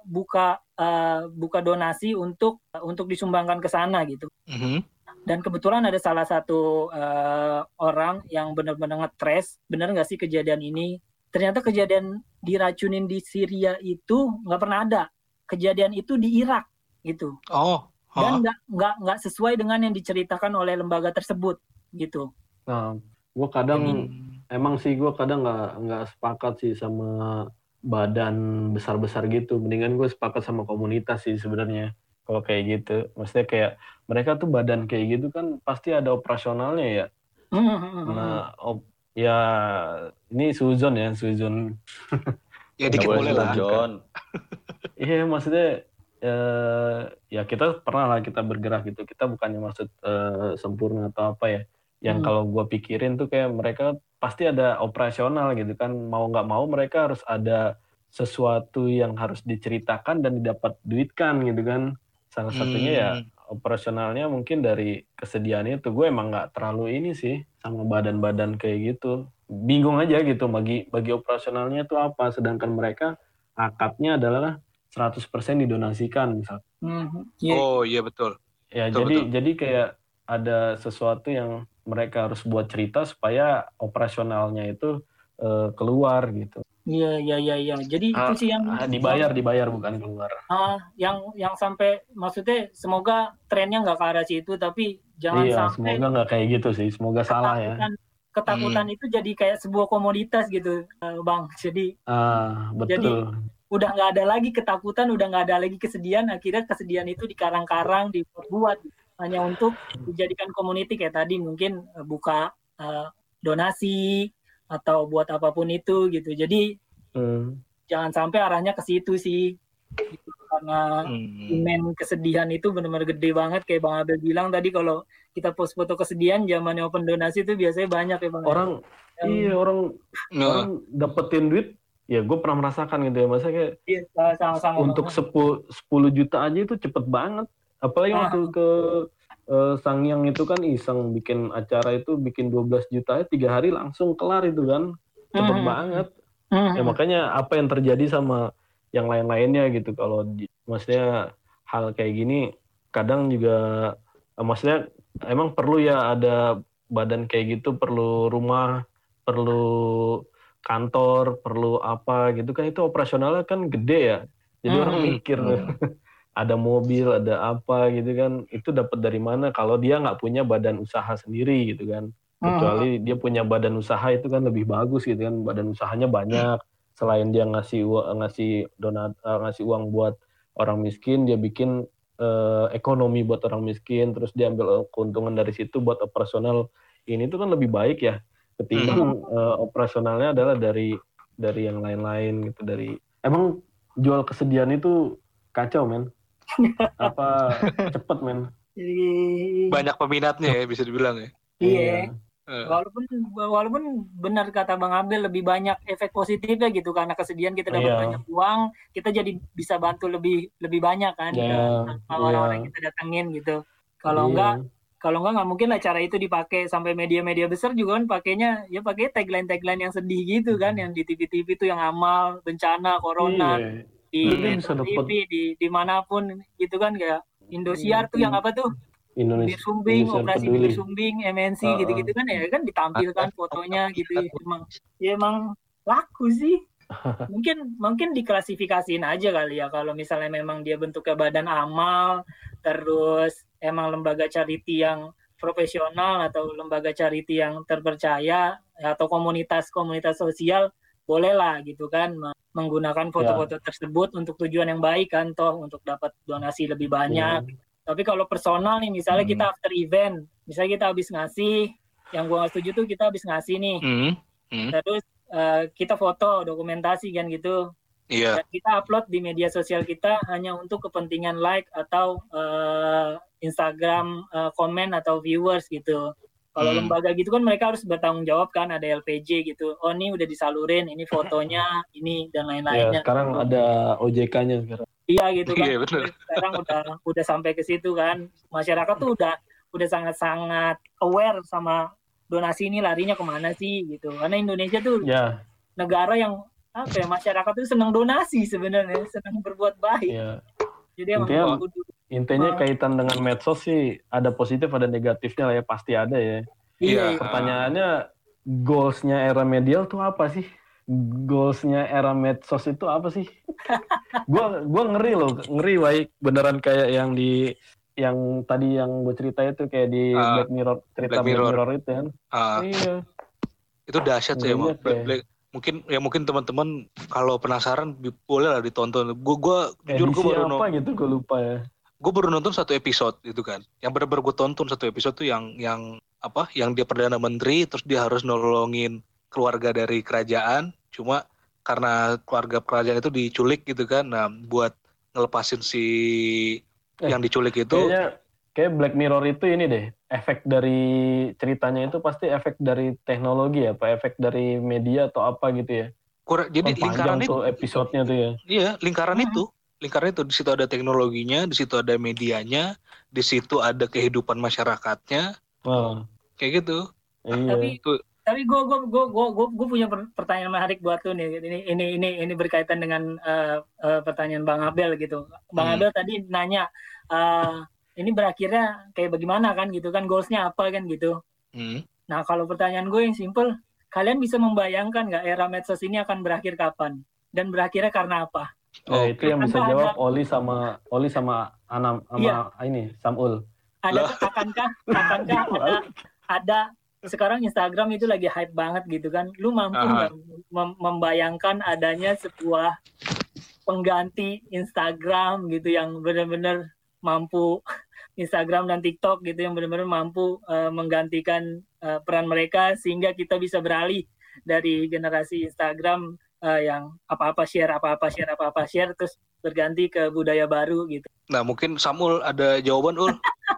donasi untuk disumbangkan ke sana gitu. Dan kebetulan ada salah satu orang yang benar-benar nge-trace, benar nggak sih kejadian ini? Ternyata kejadian diracunin di Syria itu nggak pernah ada. Kejadian itu di Irak gitu. Dan nggak sesuai dengan yang diceritakan oleh lembaga tersebut gitu. Nah, gue kadang gue kadang nggak sepakat sih sama badan besar-besar gitu. Mendingan gue sepakat sama komunitas sih sebenarnya. Kalau kayak gitu, maksudnya kayak mereka tuh badan kayak gitu kan pasti ada operasionalnya ya. Nah, ya ini Suzon. Ya dikit boleh lah. John. Iya maksudnya ya kita pernah lah kita bergerak gitu. Kita bukannya maksud sempurna atau apa ya. Yang kalau gue pikirin tuh kayak mereka pasti ada operasional gitu kan. Mau nggak mau mereka harus ada sesuatu yang harus diceritakan dan didapat duitkan gitu kan. Salah satunya ya operasionalnya mungkin dari kesediaan itu. Gue emang nggak terlalu ini sih sama badan-badan kayak gitu. Bingung aja gitu bagi operasionalnya itu apa. Sedangkan mereka akadnya adalah 100% didonasikan misal. Oh iya betul. Ya betul. Jadi kayak ada sesuatu yang mereka harus buat cerita supaya operasionalnya itu keluar gitu. Iya. Jadi itu sih yang dibayar bukan keluar. Yang sampai maksudnya semoga trennya nggak ke arah situ, tapi jangan sampai. Semoga nggak kayak gitu sih. Semoga salah ya. Ketakutan itu jadi kayak sebuah komoditas gitu, Bang. Jadi. Betul. Jadi udah nggak ada lagi ketakutan, udah nggak ada lagi kesedihan. Akhirnya kesedihan itu dikarang-karang, dibuat hanya untuk dijadikan community kayak tadi mungkin buka donasi. Atau buat apapun itu gitu. Jadi jangan sampai arahnya ke situ sih. Gitu. Karena demand kesedihan itu benar-benar gede banget kayak Bang Abel bilang tadi kalau kita post foto kesedihan zamannya open donasi itu biasanya banyak ya Bang. Orang dapetin duit ya gue pernah merasakan gitu ya. Masa kayak sama-sama untuk 10 juta aja itu cepet banget. Apalagi waktu ke Sangyang itu kan iseng bikin acara itu bikin 12 juta 3 hari langsung kelar itu kan cepet banget. Ya makanya apa yang terjadi sama yang lain-lainnya gitu kalau maksudnya hal kayak gini kadang juga maksudnya emang perlu ya ada badan kayak gitu, perlu rumah, perlu kantor, perlu apa gitu kan, itu operasionalnya kan gede ya. Jadi orang mikir ada mobil, ada apa gitu kan, itu dapat dari mana kalau dia nggak punya badan usaha sendiri gitu kan. Kecuali dia punya badan usaha itu kan lebih bagus gitu kan, badan usahanya banyak. Selain dia ngasih uang buat orang miskin, dia bikin ekonomi buat orang miskin, terus dia ambil keuntungan dari situ buat operasional. Ini tuh kan lebih baik ya ketimbang operasionalnya adalah dari yang lain-lain gitu. Emang jual kesedihan itu kacau men. Apa cepet men. Banyak peminatnya ya bisa dibilang ya. Iya. Walaupun benar kata Bang Abel lebih banyak efek positifnya gitu, karena kesedihan kita dapat banyak uang, kita jadi bisa bantu lebih banyak kan orang-orang yang kita datengin gitu. Kalau enggak nggak mungkin lah cara itu dipakai sampai media-media besar juga kan pakainya tagline yang sedih gitu kan, yang di TV-TV itu yang amal bencana corona di TV di manapun gitu kan, kayak Indosiar tuh yang apa tuh Bisumbing, operasi Bisumbing, MNC gitu-gitu kan ya kan ditampilkan fotonya gitu ya, emang laku sih. Mungkin diklasifikasiin aja kali ya, kalau misalnya memang dia bentuknya badan amal, terus emang lembaga charity yang profesional atau lembaga charity yang terpercaya atau komunitas sosial, bolehlah gitu kan menggunakan foto-foto tersebut untuk tujuan yang baik kan, toh untuk dapat donasi lebih banyak. Tapi kalau personal nih, misalnya kita after event, misalnya kita habis ngasih, yang gue nggak setuju tuh kita habis ngasih nih, terus kita foto, dokumentasi kan gitu. Iya. Dan kita upload di media sosial kita hanya untuk kepentingan like atau Instagram komen atau viewers gitu. Kalau lembaga gitu kan mereka harus bertanggung jawab kan, ada LPJ gitu. Oh ini udah disalurin, ini fotonya, ini dan lain-lainnya. Ya, sekarang ada OJK-nya sekarang. Iya gitu kan. Iya, bener. Sekarang udah sampai ke situ kan. Masyarakat tuh udah sangat-sangat aware sama donasi ini larinya kemana sih gitu. Karena Indonesia tuh negara yang masyarakat tuh senang donasi sebenarnya, senang berbuat baik. Ya. Jadi intinya kaitan dengan medsos sih ada positif ada negatifnya lah ya, pasti ada ya. Iya. Pertanyaannya goals-nya era medial tuh apa sih? Goals-nya era medsos itu apa sih? Gua ngeri Wai, beneran kayak yang tadi yang gue cerita itu kayak di Black Mirror, cerita Black Mirror itu kan. Iya. Itu dahsyat sih emang. Mungkin teman-teman kalau penasaran boleh lah ditonton. Gue jujur gue baru nonton. Gitu gue lupa ya. Gue baru nonton 1 episode itu kan. Yang benar-benar gue tonton 1 episode tuh yang dia Perdana Menteri terus dia harus nolongin keluarga dari kerajaan. Cuma karena keluarga kerajaan itu diculik gitu kan. Nah, buat ngelepasin si yang diculik itu. Kayak Black Mirror itu ini deh. Efek dari ceritanya itu pasti efek dari teknologi ya, efek dari media atau apa gitu ya. Jadi lingkaran itu episodenya tuh ya. Iya, lingkaran itu di situ ada teknologinya, di situ ada medianya, di situ ada kehidupan masyarakatnya. Kayak gitu. Iya. Tapi gue punya pertanyaan menarik buat lu nih. Ini berkaitan dengan pertanyaan Bang Abel gitu. Bang Abel tadi nanya ini berakhirnya kayak bagaimana kan gitu kan, goalsnya apa kan gitu. Nah kalau pertanyaan gue yang simple, kalian bisa membayangkan nggak era medsos ini akan berakhir kapan dan berakhirnya karena apa? Itu yang bisa jawab Oli sama Anam sama ini Samul. Akankah ada sekarang Instagram itu lagi hype banget gitu kan? Lu mampu nggak membayangkan adanya sebuah pengganti Instagram gitu yang benar-benar mampu, Instagram dan TikTok gitu yang benar-benar mampu menggantikan peran mereka sehingga kita bisa beralih dari generasi Instagram yang apa-apa share terus berganti ke budaya baru gitu. Nah, mungkin Samul ada jawaban, Ul.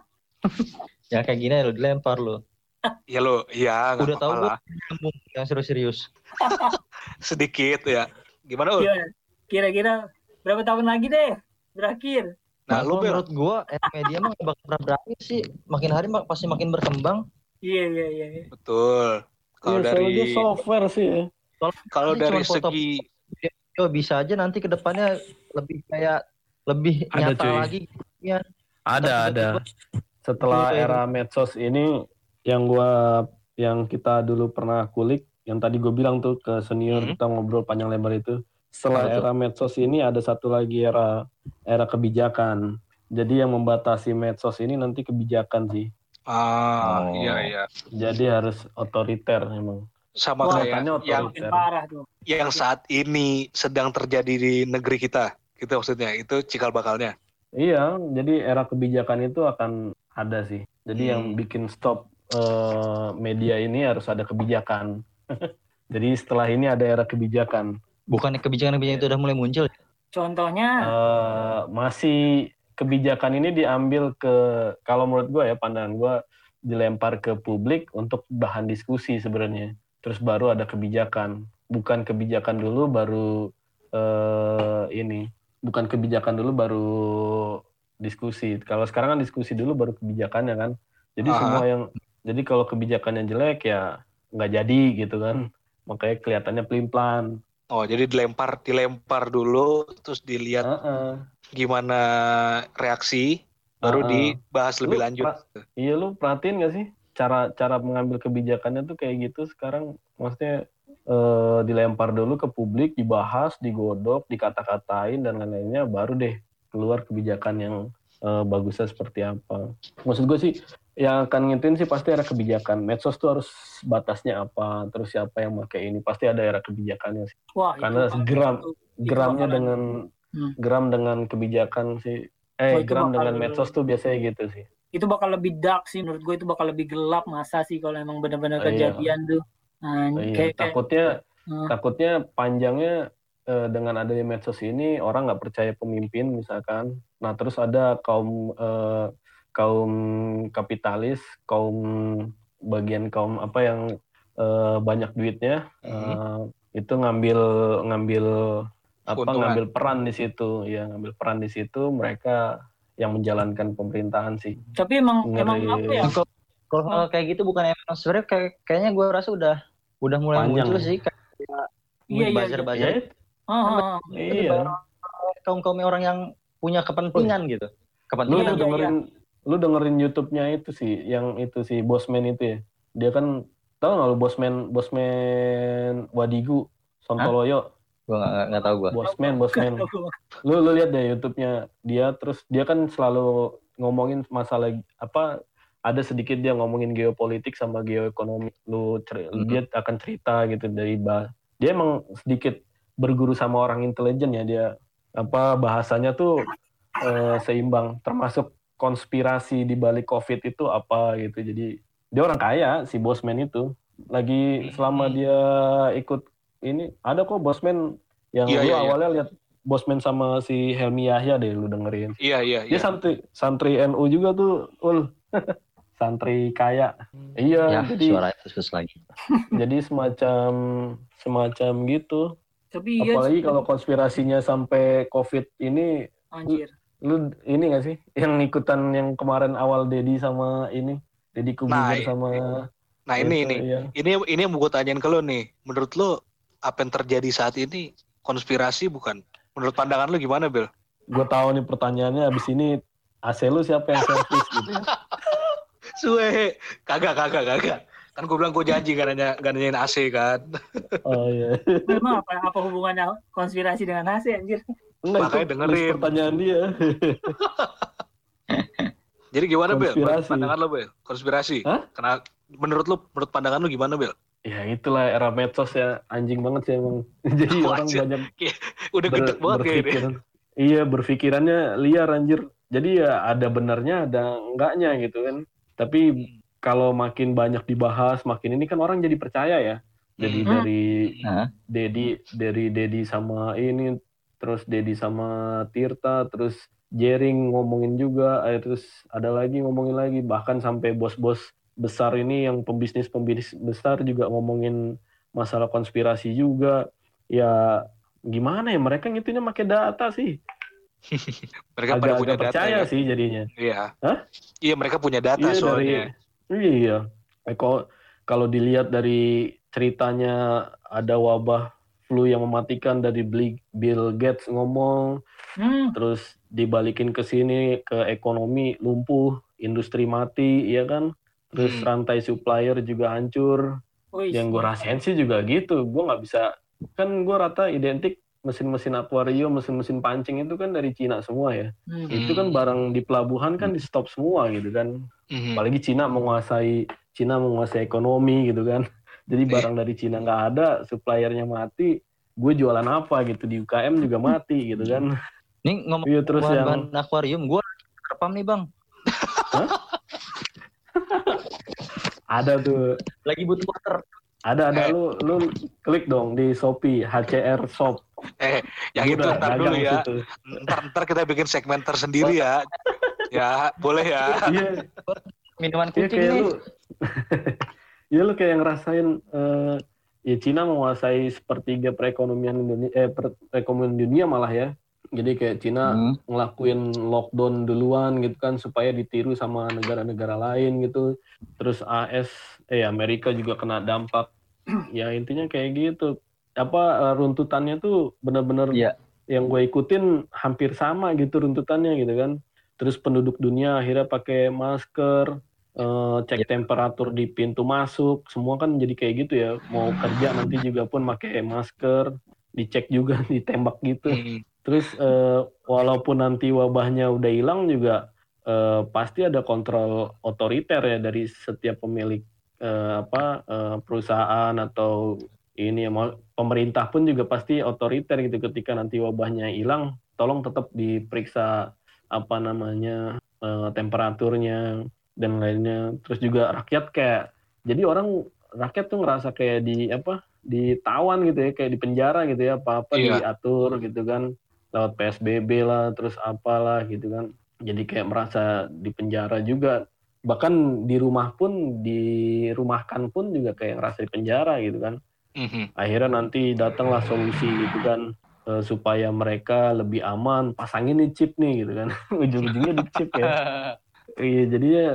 Ya kayak gini lo dilempar lo. Ya lo, ya nggak udah tahu lah. Yang serius-serius. Sedikit ya. Gimana, Ul? Kira-kira berapa tahun lagi deh berakhir? Nah, menurut gua media mah bakal pernah berakhir sih. Makin hari pasti makin berkembang. Iya. Betul. Kalau dari software sih ya. Kalau dari segi bisa aja nanti ke depannya lebih nyata lagi ya. Ada. Setelah era medsos ini yang kita dulu pernah kulik, yang tadi gue bilang tuh ke senior kita ngobrol panjang lebar itu. Setelah era medsos ini ada satu lagi era kebijakan. Jadi yang membatasi medsos ini nanti kebijakan sih. Iya. Jadi harus otoriter memang. Sama kayak yang saat ini sedang terjadi di negeri kita. Gitu maksudnya, itu cikal bakalnya. Iya, jadi era kebijakan itu akan ada sih. Jadi yang bikin stop media ini harus ada kebijakan. Jadi setelah ini ada era kebijakan. Bukannya kebijakan itu udah mulai muncul? Contohnya? Masih kebijakan ini diambil kalau menurut gue ya, pandangan gue dilempar ke publik untuk bahan diskusi sebenarnya. Terus baru ada kebijakan. Bukan kebijakan dulu baru Bukan kebijakan dulu baru diskusi. Kalau sekarang kan diskusi dulu baru kebijakannya kan. Jadi jadi kalau kebijakannya jelek ya nggak jadi gitu kan. Makanya kelihatannya pelin-pelan. Oh, jadi dilempar dulu, terus dilihat gimana reaksi, baru dibahas lebih lanjut. Iya, lu perhatiin nggak sih cara mengambil kebijakannya tuh kayak gitu sekarang? Maksudnya dilempar dulu ke publik, dibahas, digodok, dikata-katain dan lain-lainnya, baru deh keluar kebijakan yang bagusnya seperti apa. Maksud gue sih yang akan ngintin sih pasti era kebijakan. Medsos tuh harus batasnya apa, terus siapa yang pakai ini, pasti ada era kebijakannya sih. Wah, karena gramnya gram dengan kebijakan sih. Gram dengan medsos tuh biasanya gitu sih. Itu bakal lebih dark sih menurut gue, itu bakal lebih gelap masa sih kalau emang benar-benar kejadian tuh. Takutnya Takutnya panjangnya dengan adanya medsos ini orang nggak percaya pemimpin misalkan. Nah terus ada kaum kapitalis, bagian kaum apa yang banyak duitnya itu ngambil peran di situ, ya ngambil peran di situ, mereka yang menjalankan pemerintahan sih. Tapi emang apa ya? Kalau hal kayak gitu bukan emang sebenarnya kayaknya gue rasa udah mulai panjang muncul sih kayak buzzer. Iya. Kaum orang yang punya kepentingan gitu. Kepentingan. Lu dengerin YouTube-nya itu sih, yang itu si Bosman itu ya. Dia kan tahu nggak lu Bosman Wadigu Sontoloyo? Gue nggak tahu gue. Bosman. Lu lihat deh YouTube-nya dia, terus dia kan selalu ngomongin masalah apa, ada sedikit dia ngomongin geopolitik sama geoekonomi. Dia akan cerita gitu dia emang sedikit berguru sama orang intelijen ya, dia apa bahasanya tuh seimbang, termasuk konspirasi di balik COVID itu apa gitu. Jadi dia orang kaya si Bosman itu. Lagi selama dia ikut ini ada kok Bosman yang awalnya lihat Bosman sama si Helmi Yahya deh, lu dengerin. Iya. Dia santri NU juga tuh, santri kaya. Iya, ya, jadi suara khusus lagi. Jadi semacam gitu. Tapi apalagi kalau konspirasinya sampai COVID ini, anjir. Lu ini nggak sih yang ikutan yang kemarin awal Deddy sama ini Deddy Corbuzier sama. Nah ini yang mau gue tanyain ke lo nih. Menurut lo apa yang terjadi saat ini konspirasi bukan? Menurut pandangan lo gimana, Bel? Gue tahu nih pertanyaannya, abis ini AC lu siapa yang servis gitu ya? Suwe, kagak. Kan gue bilang gue janji gak nanyain AC kan. Oh iya. Memang apa hubungannya konspirasi dengan AC anjir? Makanya dengerin pertanyaan dia. Jadi gimana, Bel? Menurut pandangan lo, Bel? Konspirasi? Karena menurut pandangan lo gimana, Bel? Ya itulah era medsos ya, anjing banget sih emang. Jadi orang banyak udah gedek banget kayaknya. Iya, berpikirannya liar anjir. Jadi ya ada benarnya, ada enggaknya gitu kan. Tapi kalau makin banyak dibahas, makin ini kan orang jadi percaya ya. Jadi dari Deddy sama ini, terus Deddy sama Tirta, terus Jering ngomongin juga, terus ada lagi ngomongin lagi, bahkan sampai bos-bos besar ini yang pembisnis besar juga ngomongin masalah konspirasi juga. Ya gimana ya, mereka ngitunya pakai data sih. Mereka pada punya data percaya ya? Sih jadinya. Iya. Iya, mereka punya data soalnya. Iya. Kalau dilihat dari ceritanya ada wabah flu yang mematikan dari Bill Gates ngomong, terus dibalikin ke sini ke ekonomi lumpuh, industri mati, ya kan? Terus rantai supplier juga hancur. Yang gue rasain sih juga gitu. Gue nggak bisa, kan gue rata identik mesin-mesin akuarium, mesin-mesin pancing itu kan dari Cina semua ya. Itu kan barang di pelabuhan kan di stop semua gitu kan. Apalagi Cina menguasai ekonomi gitu kan. Jadi barang dari Cina nggak ada, suppliernya mati, gue jualan apa gitu, di UKM juga mati gitu kan. Nih ngomong terus bahan akuarium, gue rekam nih bang. Ada tuh. Lagi butuh water. Ada lu klik dong di Shopee HCR Shop. Yang itu ntar dulu ya. Ntar kita bikin segmen tersendiri ya. Ya, boleh ya. Iya. Minuman kucing nih. Lu kayak ngerasain ya Cina menguasai sepertiga perekonomian dunia malah ya. Jadi kayak Cina ngelakuin lockdown duluan gitu kan supaya ditiru sama negara-negara lain gitu. Terus Amerika juga kena dampak. Ya intinya kayak gitu. Runtutannya tuh benar-benar yang gue ikutin hampir sama gitu runtutannya gitu kan. Terus penduduk dunia akhirnya pakai masker, cek temperatur di pintu masuk, semua kan jadi kayak gitu ya. Mau kerja nanti juga pun pakai masker, dicek juga, ditembak gitu. Terus walaupun nanti wabahnya udah hilang juga pasti ada kontrol otoriter ya dari setiap pemilik perusahaan atau ini ya, pemerintah pun juga pasti otoriter gitu. Ketika nanti wabahnya hilang, tolong tetap diperiksa temperaturnya dan lainnya. Terus juga rakyat rakyat tuh ngerasa kayak ditawan gitu ya, kayak di penjara gitu ya, apa-apa diatur gitu kan, lewat PSBB lah, terus apalah gitu kan. Jadi kayak merasa di penjara juga. Bahkan dirumahkan pun juga kayak ngerasa di penjara gitu kan. Akhirnya nanti datanglah solusi gitu kan, supaya mereka lebih aman, pasangin nih chip nih gitu kan. Ujung-ujungnya di chip ya. Iya, jadinya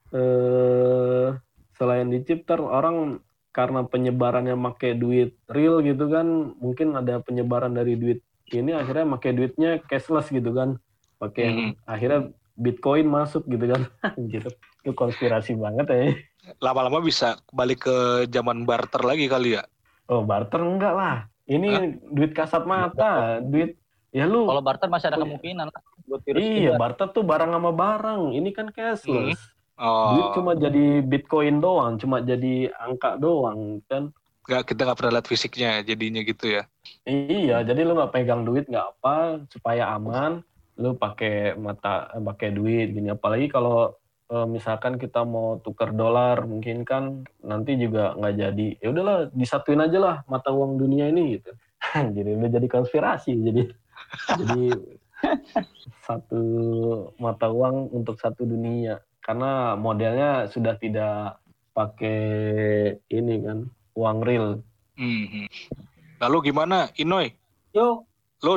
selain di chip orang karena penyebarannya pakai duit real gitu kan, mungkin ada penyebaran dari duit ini akhirnya pakai duitnya cashless gitu kan, pakai akhirnya Bitcoin masuk gitu kan. Gitu. Itu konspirasi banget ya. Lama-lama bisa balik ke zaman barter lagi kali ya? Oh, barter enggak lah. Ini duit kasat mata, duit ya lu. Kalau barter masih ada kemungkinan lah buat virus. Iya, barter tuh barang sama barang. Ini kan cashless. Duit cuma jadi Bitcoin doang, cuma jadi angka doang kan. Kita nggak pernah lihat fisiknya jadinya gitu ya. Iya, jadi lu nggak pegang duit nggak apa, supaya aman. Lu pakai duit gini. Apalagi kalau misalkan kita mau tukar dolar, mungkin kan nanti juga nggak jadi. Ya udahlah, disatuin aja lah mata uang dunia ini gitu. Jadi udah jadi konspirasi. Jadi satu mata uang untuk satu dunia. Karena modelnya sudah tidak pakai ini kan, uang real. Lalu gimana, Inoy? Yo, lo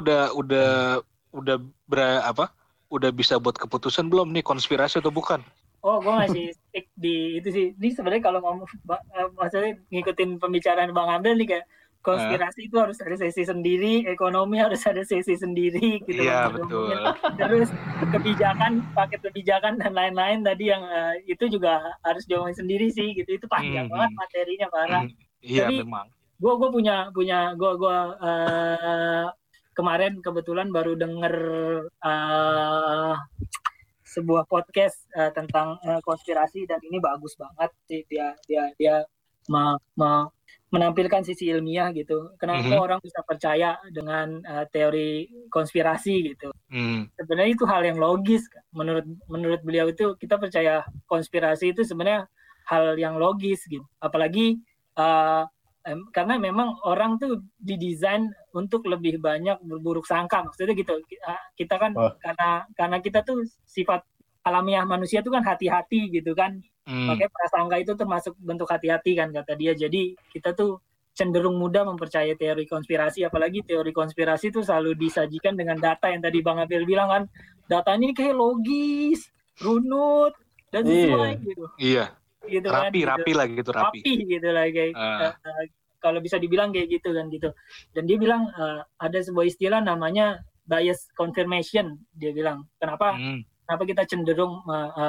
udah bisa buat keputusan belum nih, konspirasi atau bukan? Oh, gue masih stick di itu sih. Ini sebenarnya kalau ngomong maksudnya ngikutin pembicaraan Bang Abel nih, kayak konspirasi itu harus ada sesi sendiri, ekonomi harus ada sesi sendiri gitu. Iya, betul. Terus paket kebijakan dan lain-lain tadi yang itu juga harus diomongin sendiri sih gitu. Itu panjang banget materinya, parah. Iya, jadi, memang. Gue kemarin kebetulan baru denger sebuah podcast tentang konspirasi, dan ini bagus banget sih. Dia menampilkan sisi ilmiah gitu. Kenapa orang bisa percaya dengan teori konspirasi gitu. Sebenarnya itu hal yang logis. Menurut beliau itu kita percaya konspirasi itu sebenarnya hal yang logis gitu. Apalagi karena memang orang tuh didesain untuk lebih banyak berburuk sangka. Maksudnya gitu. Kita kan karena kita tuh sifat alamiah manusia tuh kan hati-hati gitu kan. Makanya prasangka itu termasuk bentuk hati-hati kan kata dia. Jadi kita tuh cenderung mudah mempercayai teori konspirasi, apalagi teori konspirasi itu selalu disajikan dengan data yang tadi Bang Abel bilang kan. Datanya kayak logis, runut, dan sesuai gitu. Iya. Gitu rapi lah gitu, rapi gitu lah kayak kalau bisa dibilang kayak gitu kan gitu. Dan dia bilang ada sebuah istilah namanya bias confirmation. Dia bilang kenapa kita cenderung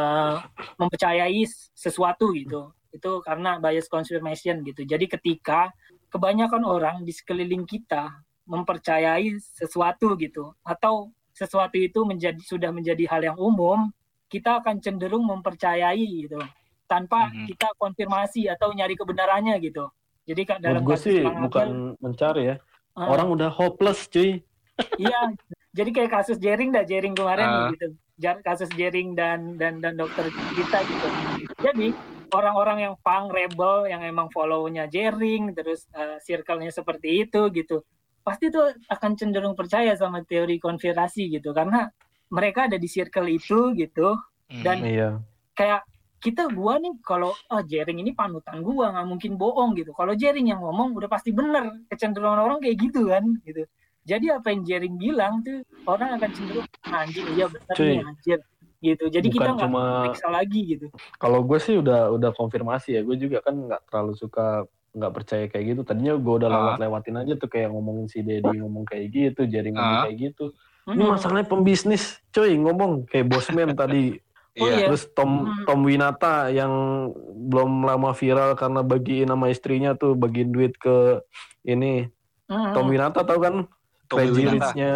mempercayai sesuatu gitu. Itu karena bias confirmation gitu. Jadi ketika kebanyakan orang di sekeliling kita mempercayai sesuatu gitu, atau sesuatu itu sudah menjadi hal yang umum, kita akan cenderung mempercayai gitu, tanpa kita konfirmasi atau nyari kebenarannya gitu. Jadi dalam gue sih bukan mencari ya. Orang udah hopeless cuy. Iya. Jadi kayak kasus Jering kemarin gitu. Kasus Jering dan dokter kita gitu. Jadi orang-orang yang punk rebel yang emang follow-nya Jering, terus circle-nya seperti itu gitu, pasti tuh akan cenderung percaya sama teori konspirasi gitu, karena mereka ada di circle itu gitu. Dan kayak gua nih kalau Jering ini panutan gua, nggak mungkin bohong gitu. Kalau Jering yang ngomong udah pasti bener, kecenderungan orang kayak gitu kan gitu. Jadi apa yang Jering bilang tuh orang akan cenderung anjir, iya bener nih anjir gitu. Jadi bukan kita nggak periksa lagi gitu. Kalau gue sih udah konfirmasi ya. Gue juga kan nggak terlalu suka, nggak percaya kayak gitu. Tadinya gue udah lewatin aja tuh, kayak ngomongin si Deddy ngomong kayak gitu, Jering ngomong kayak gitu. Ini masalahnya pembisnis, cuy, ngomong kayak Bosman tadi. Terus Tom Winata yang belum lama viral karena bagiin sama istrinya tuh, bagiin duit ke ini. Tom Winata tahu kan? Crazy Rich-nya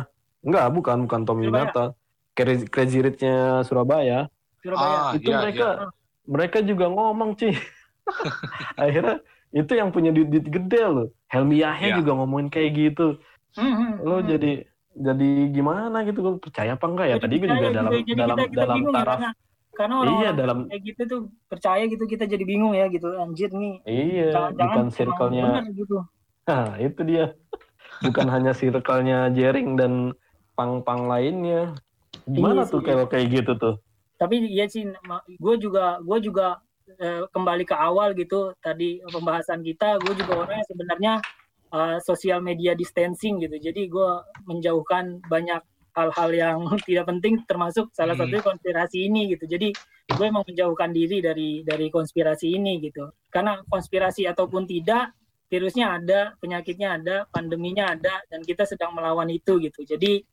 bukan Tom Winata. Crazy Rich-nya Surabaya. Itu mereka juga ngomong cuy. Akhirnya itu yang punya duit gede loh. Helmi Yahya juga ngomongin kayak gitu. Lo jadi gimana gitu, gue percaya apa enggak ya? Tadi gue juga dalam Karena orang-orang dalam kayak gitu tuh percaya gitu, kita jadi bingung ya gitu. Anjir nih. bukan circle-nya. Benar gitu. Nah, itu dia. Bukan hanya circle-nya Jering dan pang-pang lainnya. Gimana tuh kalau kayak gitu tuh? Tapi iya sih, gue juga kembali ke awal gitu tadi pembahasan kita. Gue juga orangnya sebenarnya social media distancing gitu. Jadi gue menjauhkan banyak hal-hal yang tidak penting, termasuk salah satunya konspirasi ini gitu. Jadi gue emang menjauhkan diri dari konspirasi ini gitu. Karena konspirasi ataupun tidak, virusnya ada, penyakitnya ada, pandeminya ada, dan kita sedang melawan itu gitu. Jadi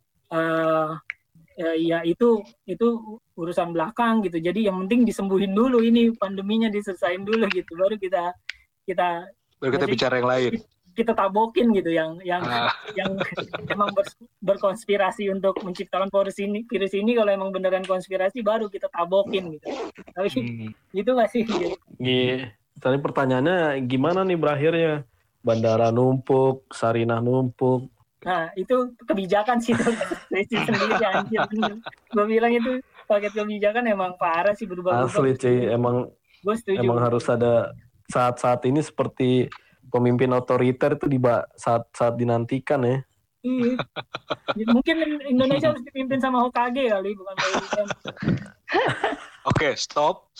ya itu urusan belakang gitu. Jadi yang penting disembuhin dulu ini, pandeminya diselesain dulu gitu. Baru kita bicara yang lain. Kita tabokin gitu yang emang berkonspirasi untuk menciptakan virus ini kalau emang beneran konspirasi baru kita tabokin gitu. Tapi itu masih gitu. Tadi pertanyaannya gimana nih berakhirnya? Bandara numpuk, Sarinah numpuk. Nah, itu kebijakan sih tuh. Sendiri anjir. Gue bilang itu paket kebijakan emang parah sih, berubah-ubah. Asli cuy, emang harus ada saat-saat ini seperti pemimpin otoriter itu saat dinantikan ya. Iya. Mungkin Indonesia harus dipimpin sama Hokage kali, bukan presiden. Oke, stop.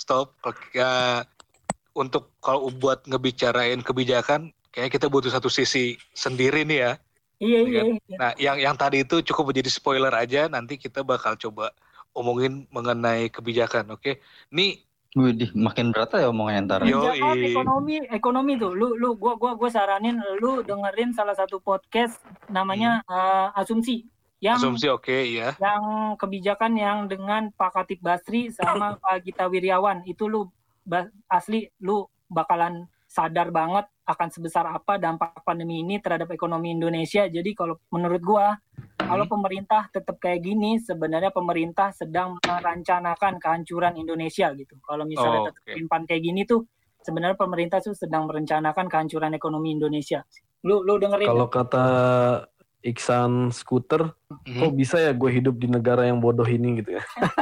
Untuk kalau buat ngebicarain kebijakan, kayaknya kita butuh satu sisi sendiri nih ya. Iya. Nah, yang tadi itu cukup menjadi spoiler aja. Nanti kita bakal coba omongin mengenai kebijakan. Oke, nih. Widih, makin berat ya omongannya ntar. Ekonomi tuh. Gua saranin lu dengerin salah satu podcast namanya Asumsi. Asumsi, oke, iya. Yang kebijakan yang dengan Pak Khatib Basri sama Pak Gita Wirjawan. Itu lu asli lu bakalan sadar banget akan sebesar apa dampak pandemi ini terhadap ekonomi Indonesia. Jadi kalau menurut gua, kalau pemerintah tetap kayak gini, sebenarnya pemerintah sedang merencanakan kehancuran Indonesia gitu. Kalau misalnya tetap simpan kayak gini tuh, sebenarnya pemerintah tuh sedang merencanakan kehancuran ekonomi Indonesia. Lu dengerin. Kalau kata Iksan Skuter, kok bisa ya gue hidup di negara yang bodoh ini gitu ya?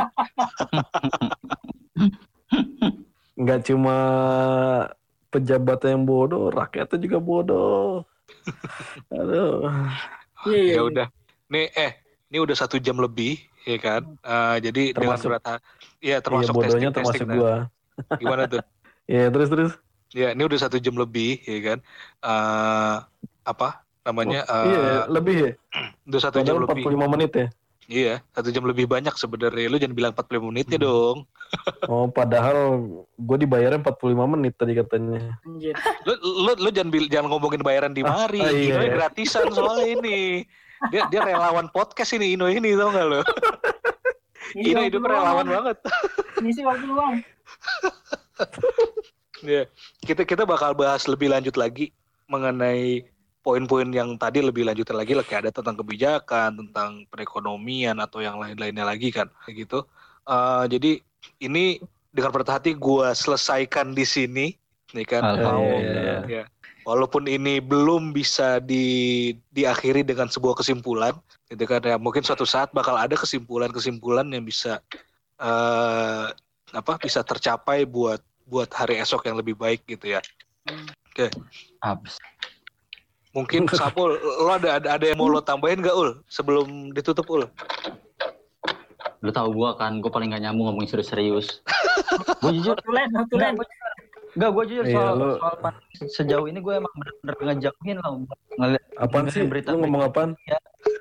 Nggak cuma pejabat yang bodoh, rakyatnya juga bodoh. Aduh. Ya udah. Ini udah 1 jam lebih, ya kan? Jadi termasuk, dengan berat, ya termasuk bodohnya termasuk gua. Gimana tuh? Ya terus. Ya ini udah 1 jam lebih, ya kan? Apa namanya? Lebih ya. Udah 1 jam lebih. 45 menit ya. Iya, 1 jam lebih banyak sebenarnya. Lu jangan bilang 45 menitnya dong. Oh, padahal gue dibayarin 45 menit tadi katanya. Lu jangan ngomongin bayaran di mari. Ini gratisan soalnya ini. Dia relawan podcast ini, Ino ini, tau gak lo? Ino hidup relawan banget. Ngisi waktu luang. Ya, kita bakal bahas lebih lanjut lagi mengenai poin-poin yang tadi lebih lanjut lagi, kayak ada tentang kebijakan, tentang perekonomian atau yang lain-lainnya lagi kan, kayak gitu. Jadi ini dengan berat hati gue selesaikan di sini, nih kan. Ya. Walaupun ini belum bisa diakhiri dengan sebuah kesimpulan, gitu kan ya. Mungkin suatu saat bakal ada kesimpulan-kesimpulan yang bisa bisa tercapai buat hari esok yang lebih baik gitu ya. Oke. Abis. Mungkin Sapul, lo ada yang mau lo tambahin gak Ul sebelum ditutup Ul? Lo tau gue kan, gue paling gak nyambung ngomongin serius-serius. Gue jujur. Enggak, gue jujur soal sejauh ini gue emang bener-bener ngejauhin lah. Apaan sih? Berita lu ngomong apaan? Ya.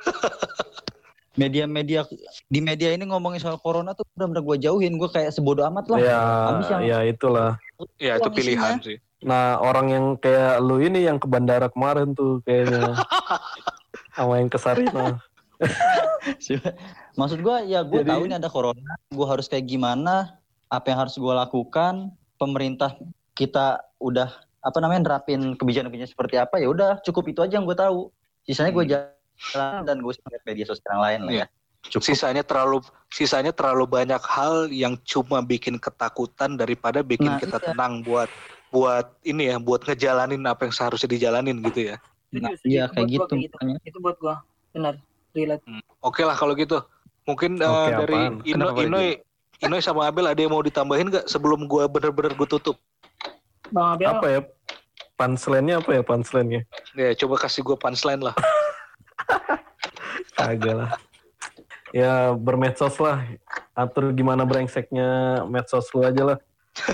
Media di media ini ngomongin soal corona tuh bener-bener gue jauhin. Gue kayak sebodoh amat lah. Ya itulah. Ya itu pilihan sih. Nah orang yang kayak lu ini yang ke bandara kemarin tuh kayaknya. Sama yang ke Sarinah. Maksud gue ya gue tahu ini ada corona. Gue harus kayak gimana? Apa yang harus gue lakukan? Pemerintah kita udah nerapin kebijakan-kebijakan seperti apa, ya udah cukup itu aja yang gue tahu. Sisanya gue jalan dan gue lihat media sosial yang lain lah ya. Cukup. Sisanya terlalu banyak hal yang cuma bikin ketakutan daripada bikin kita tenang buat ini ya, buat ngejalanin apa yang seharusnya dijalanin gitu ya. Iya kayak gitu. Itu buat gue benar relate. Oke lah kalau gitu. Mungkin dari Ino Inoy sama Abel ada yang mau ditambahin nggak sebelum gue bener-bener gue tutup? Bang Abel. Apa ya? Punchline-nya apa ya punchline-nya? Ya coba kasih gue punchline lah. Kagak lah. Ya bermedsos lah. Atur gimana brengseknya medsos lu aja lah.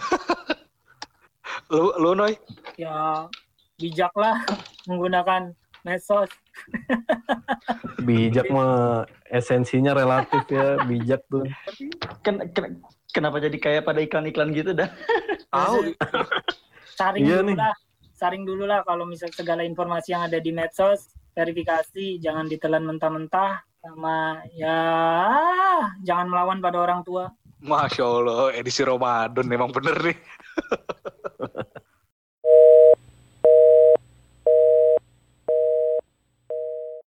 Lu Noy? Ya bijak lah menggunakan medsos. Bijak mah esensinya relatif ya, bijak tuh. Kenapa jadi kayak pada iklan-iklan gitu dah? Tahu. Saring dulu lah kalau misal segala informasi yang ada di medsos, verifikasi, jangan ditelan mentah-mentah, sama ya jangan melawan pada orang tua. Masya Allah, edisi Ramadan memang bener nih.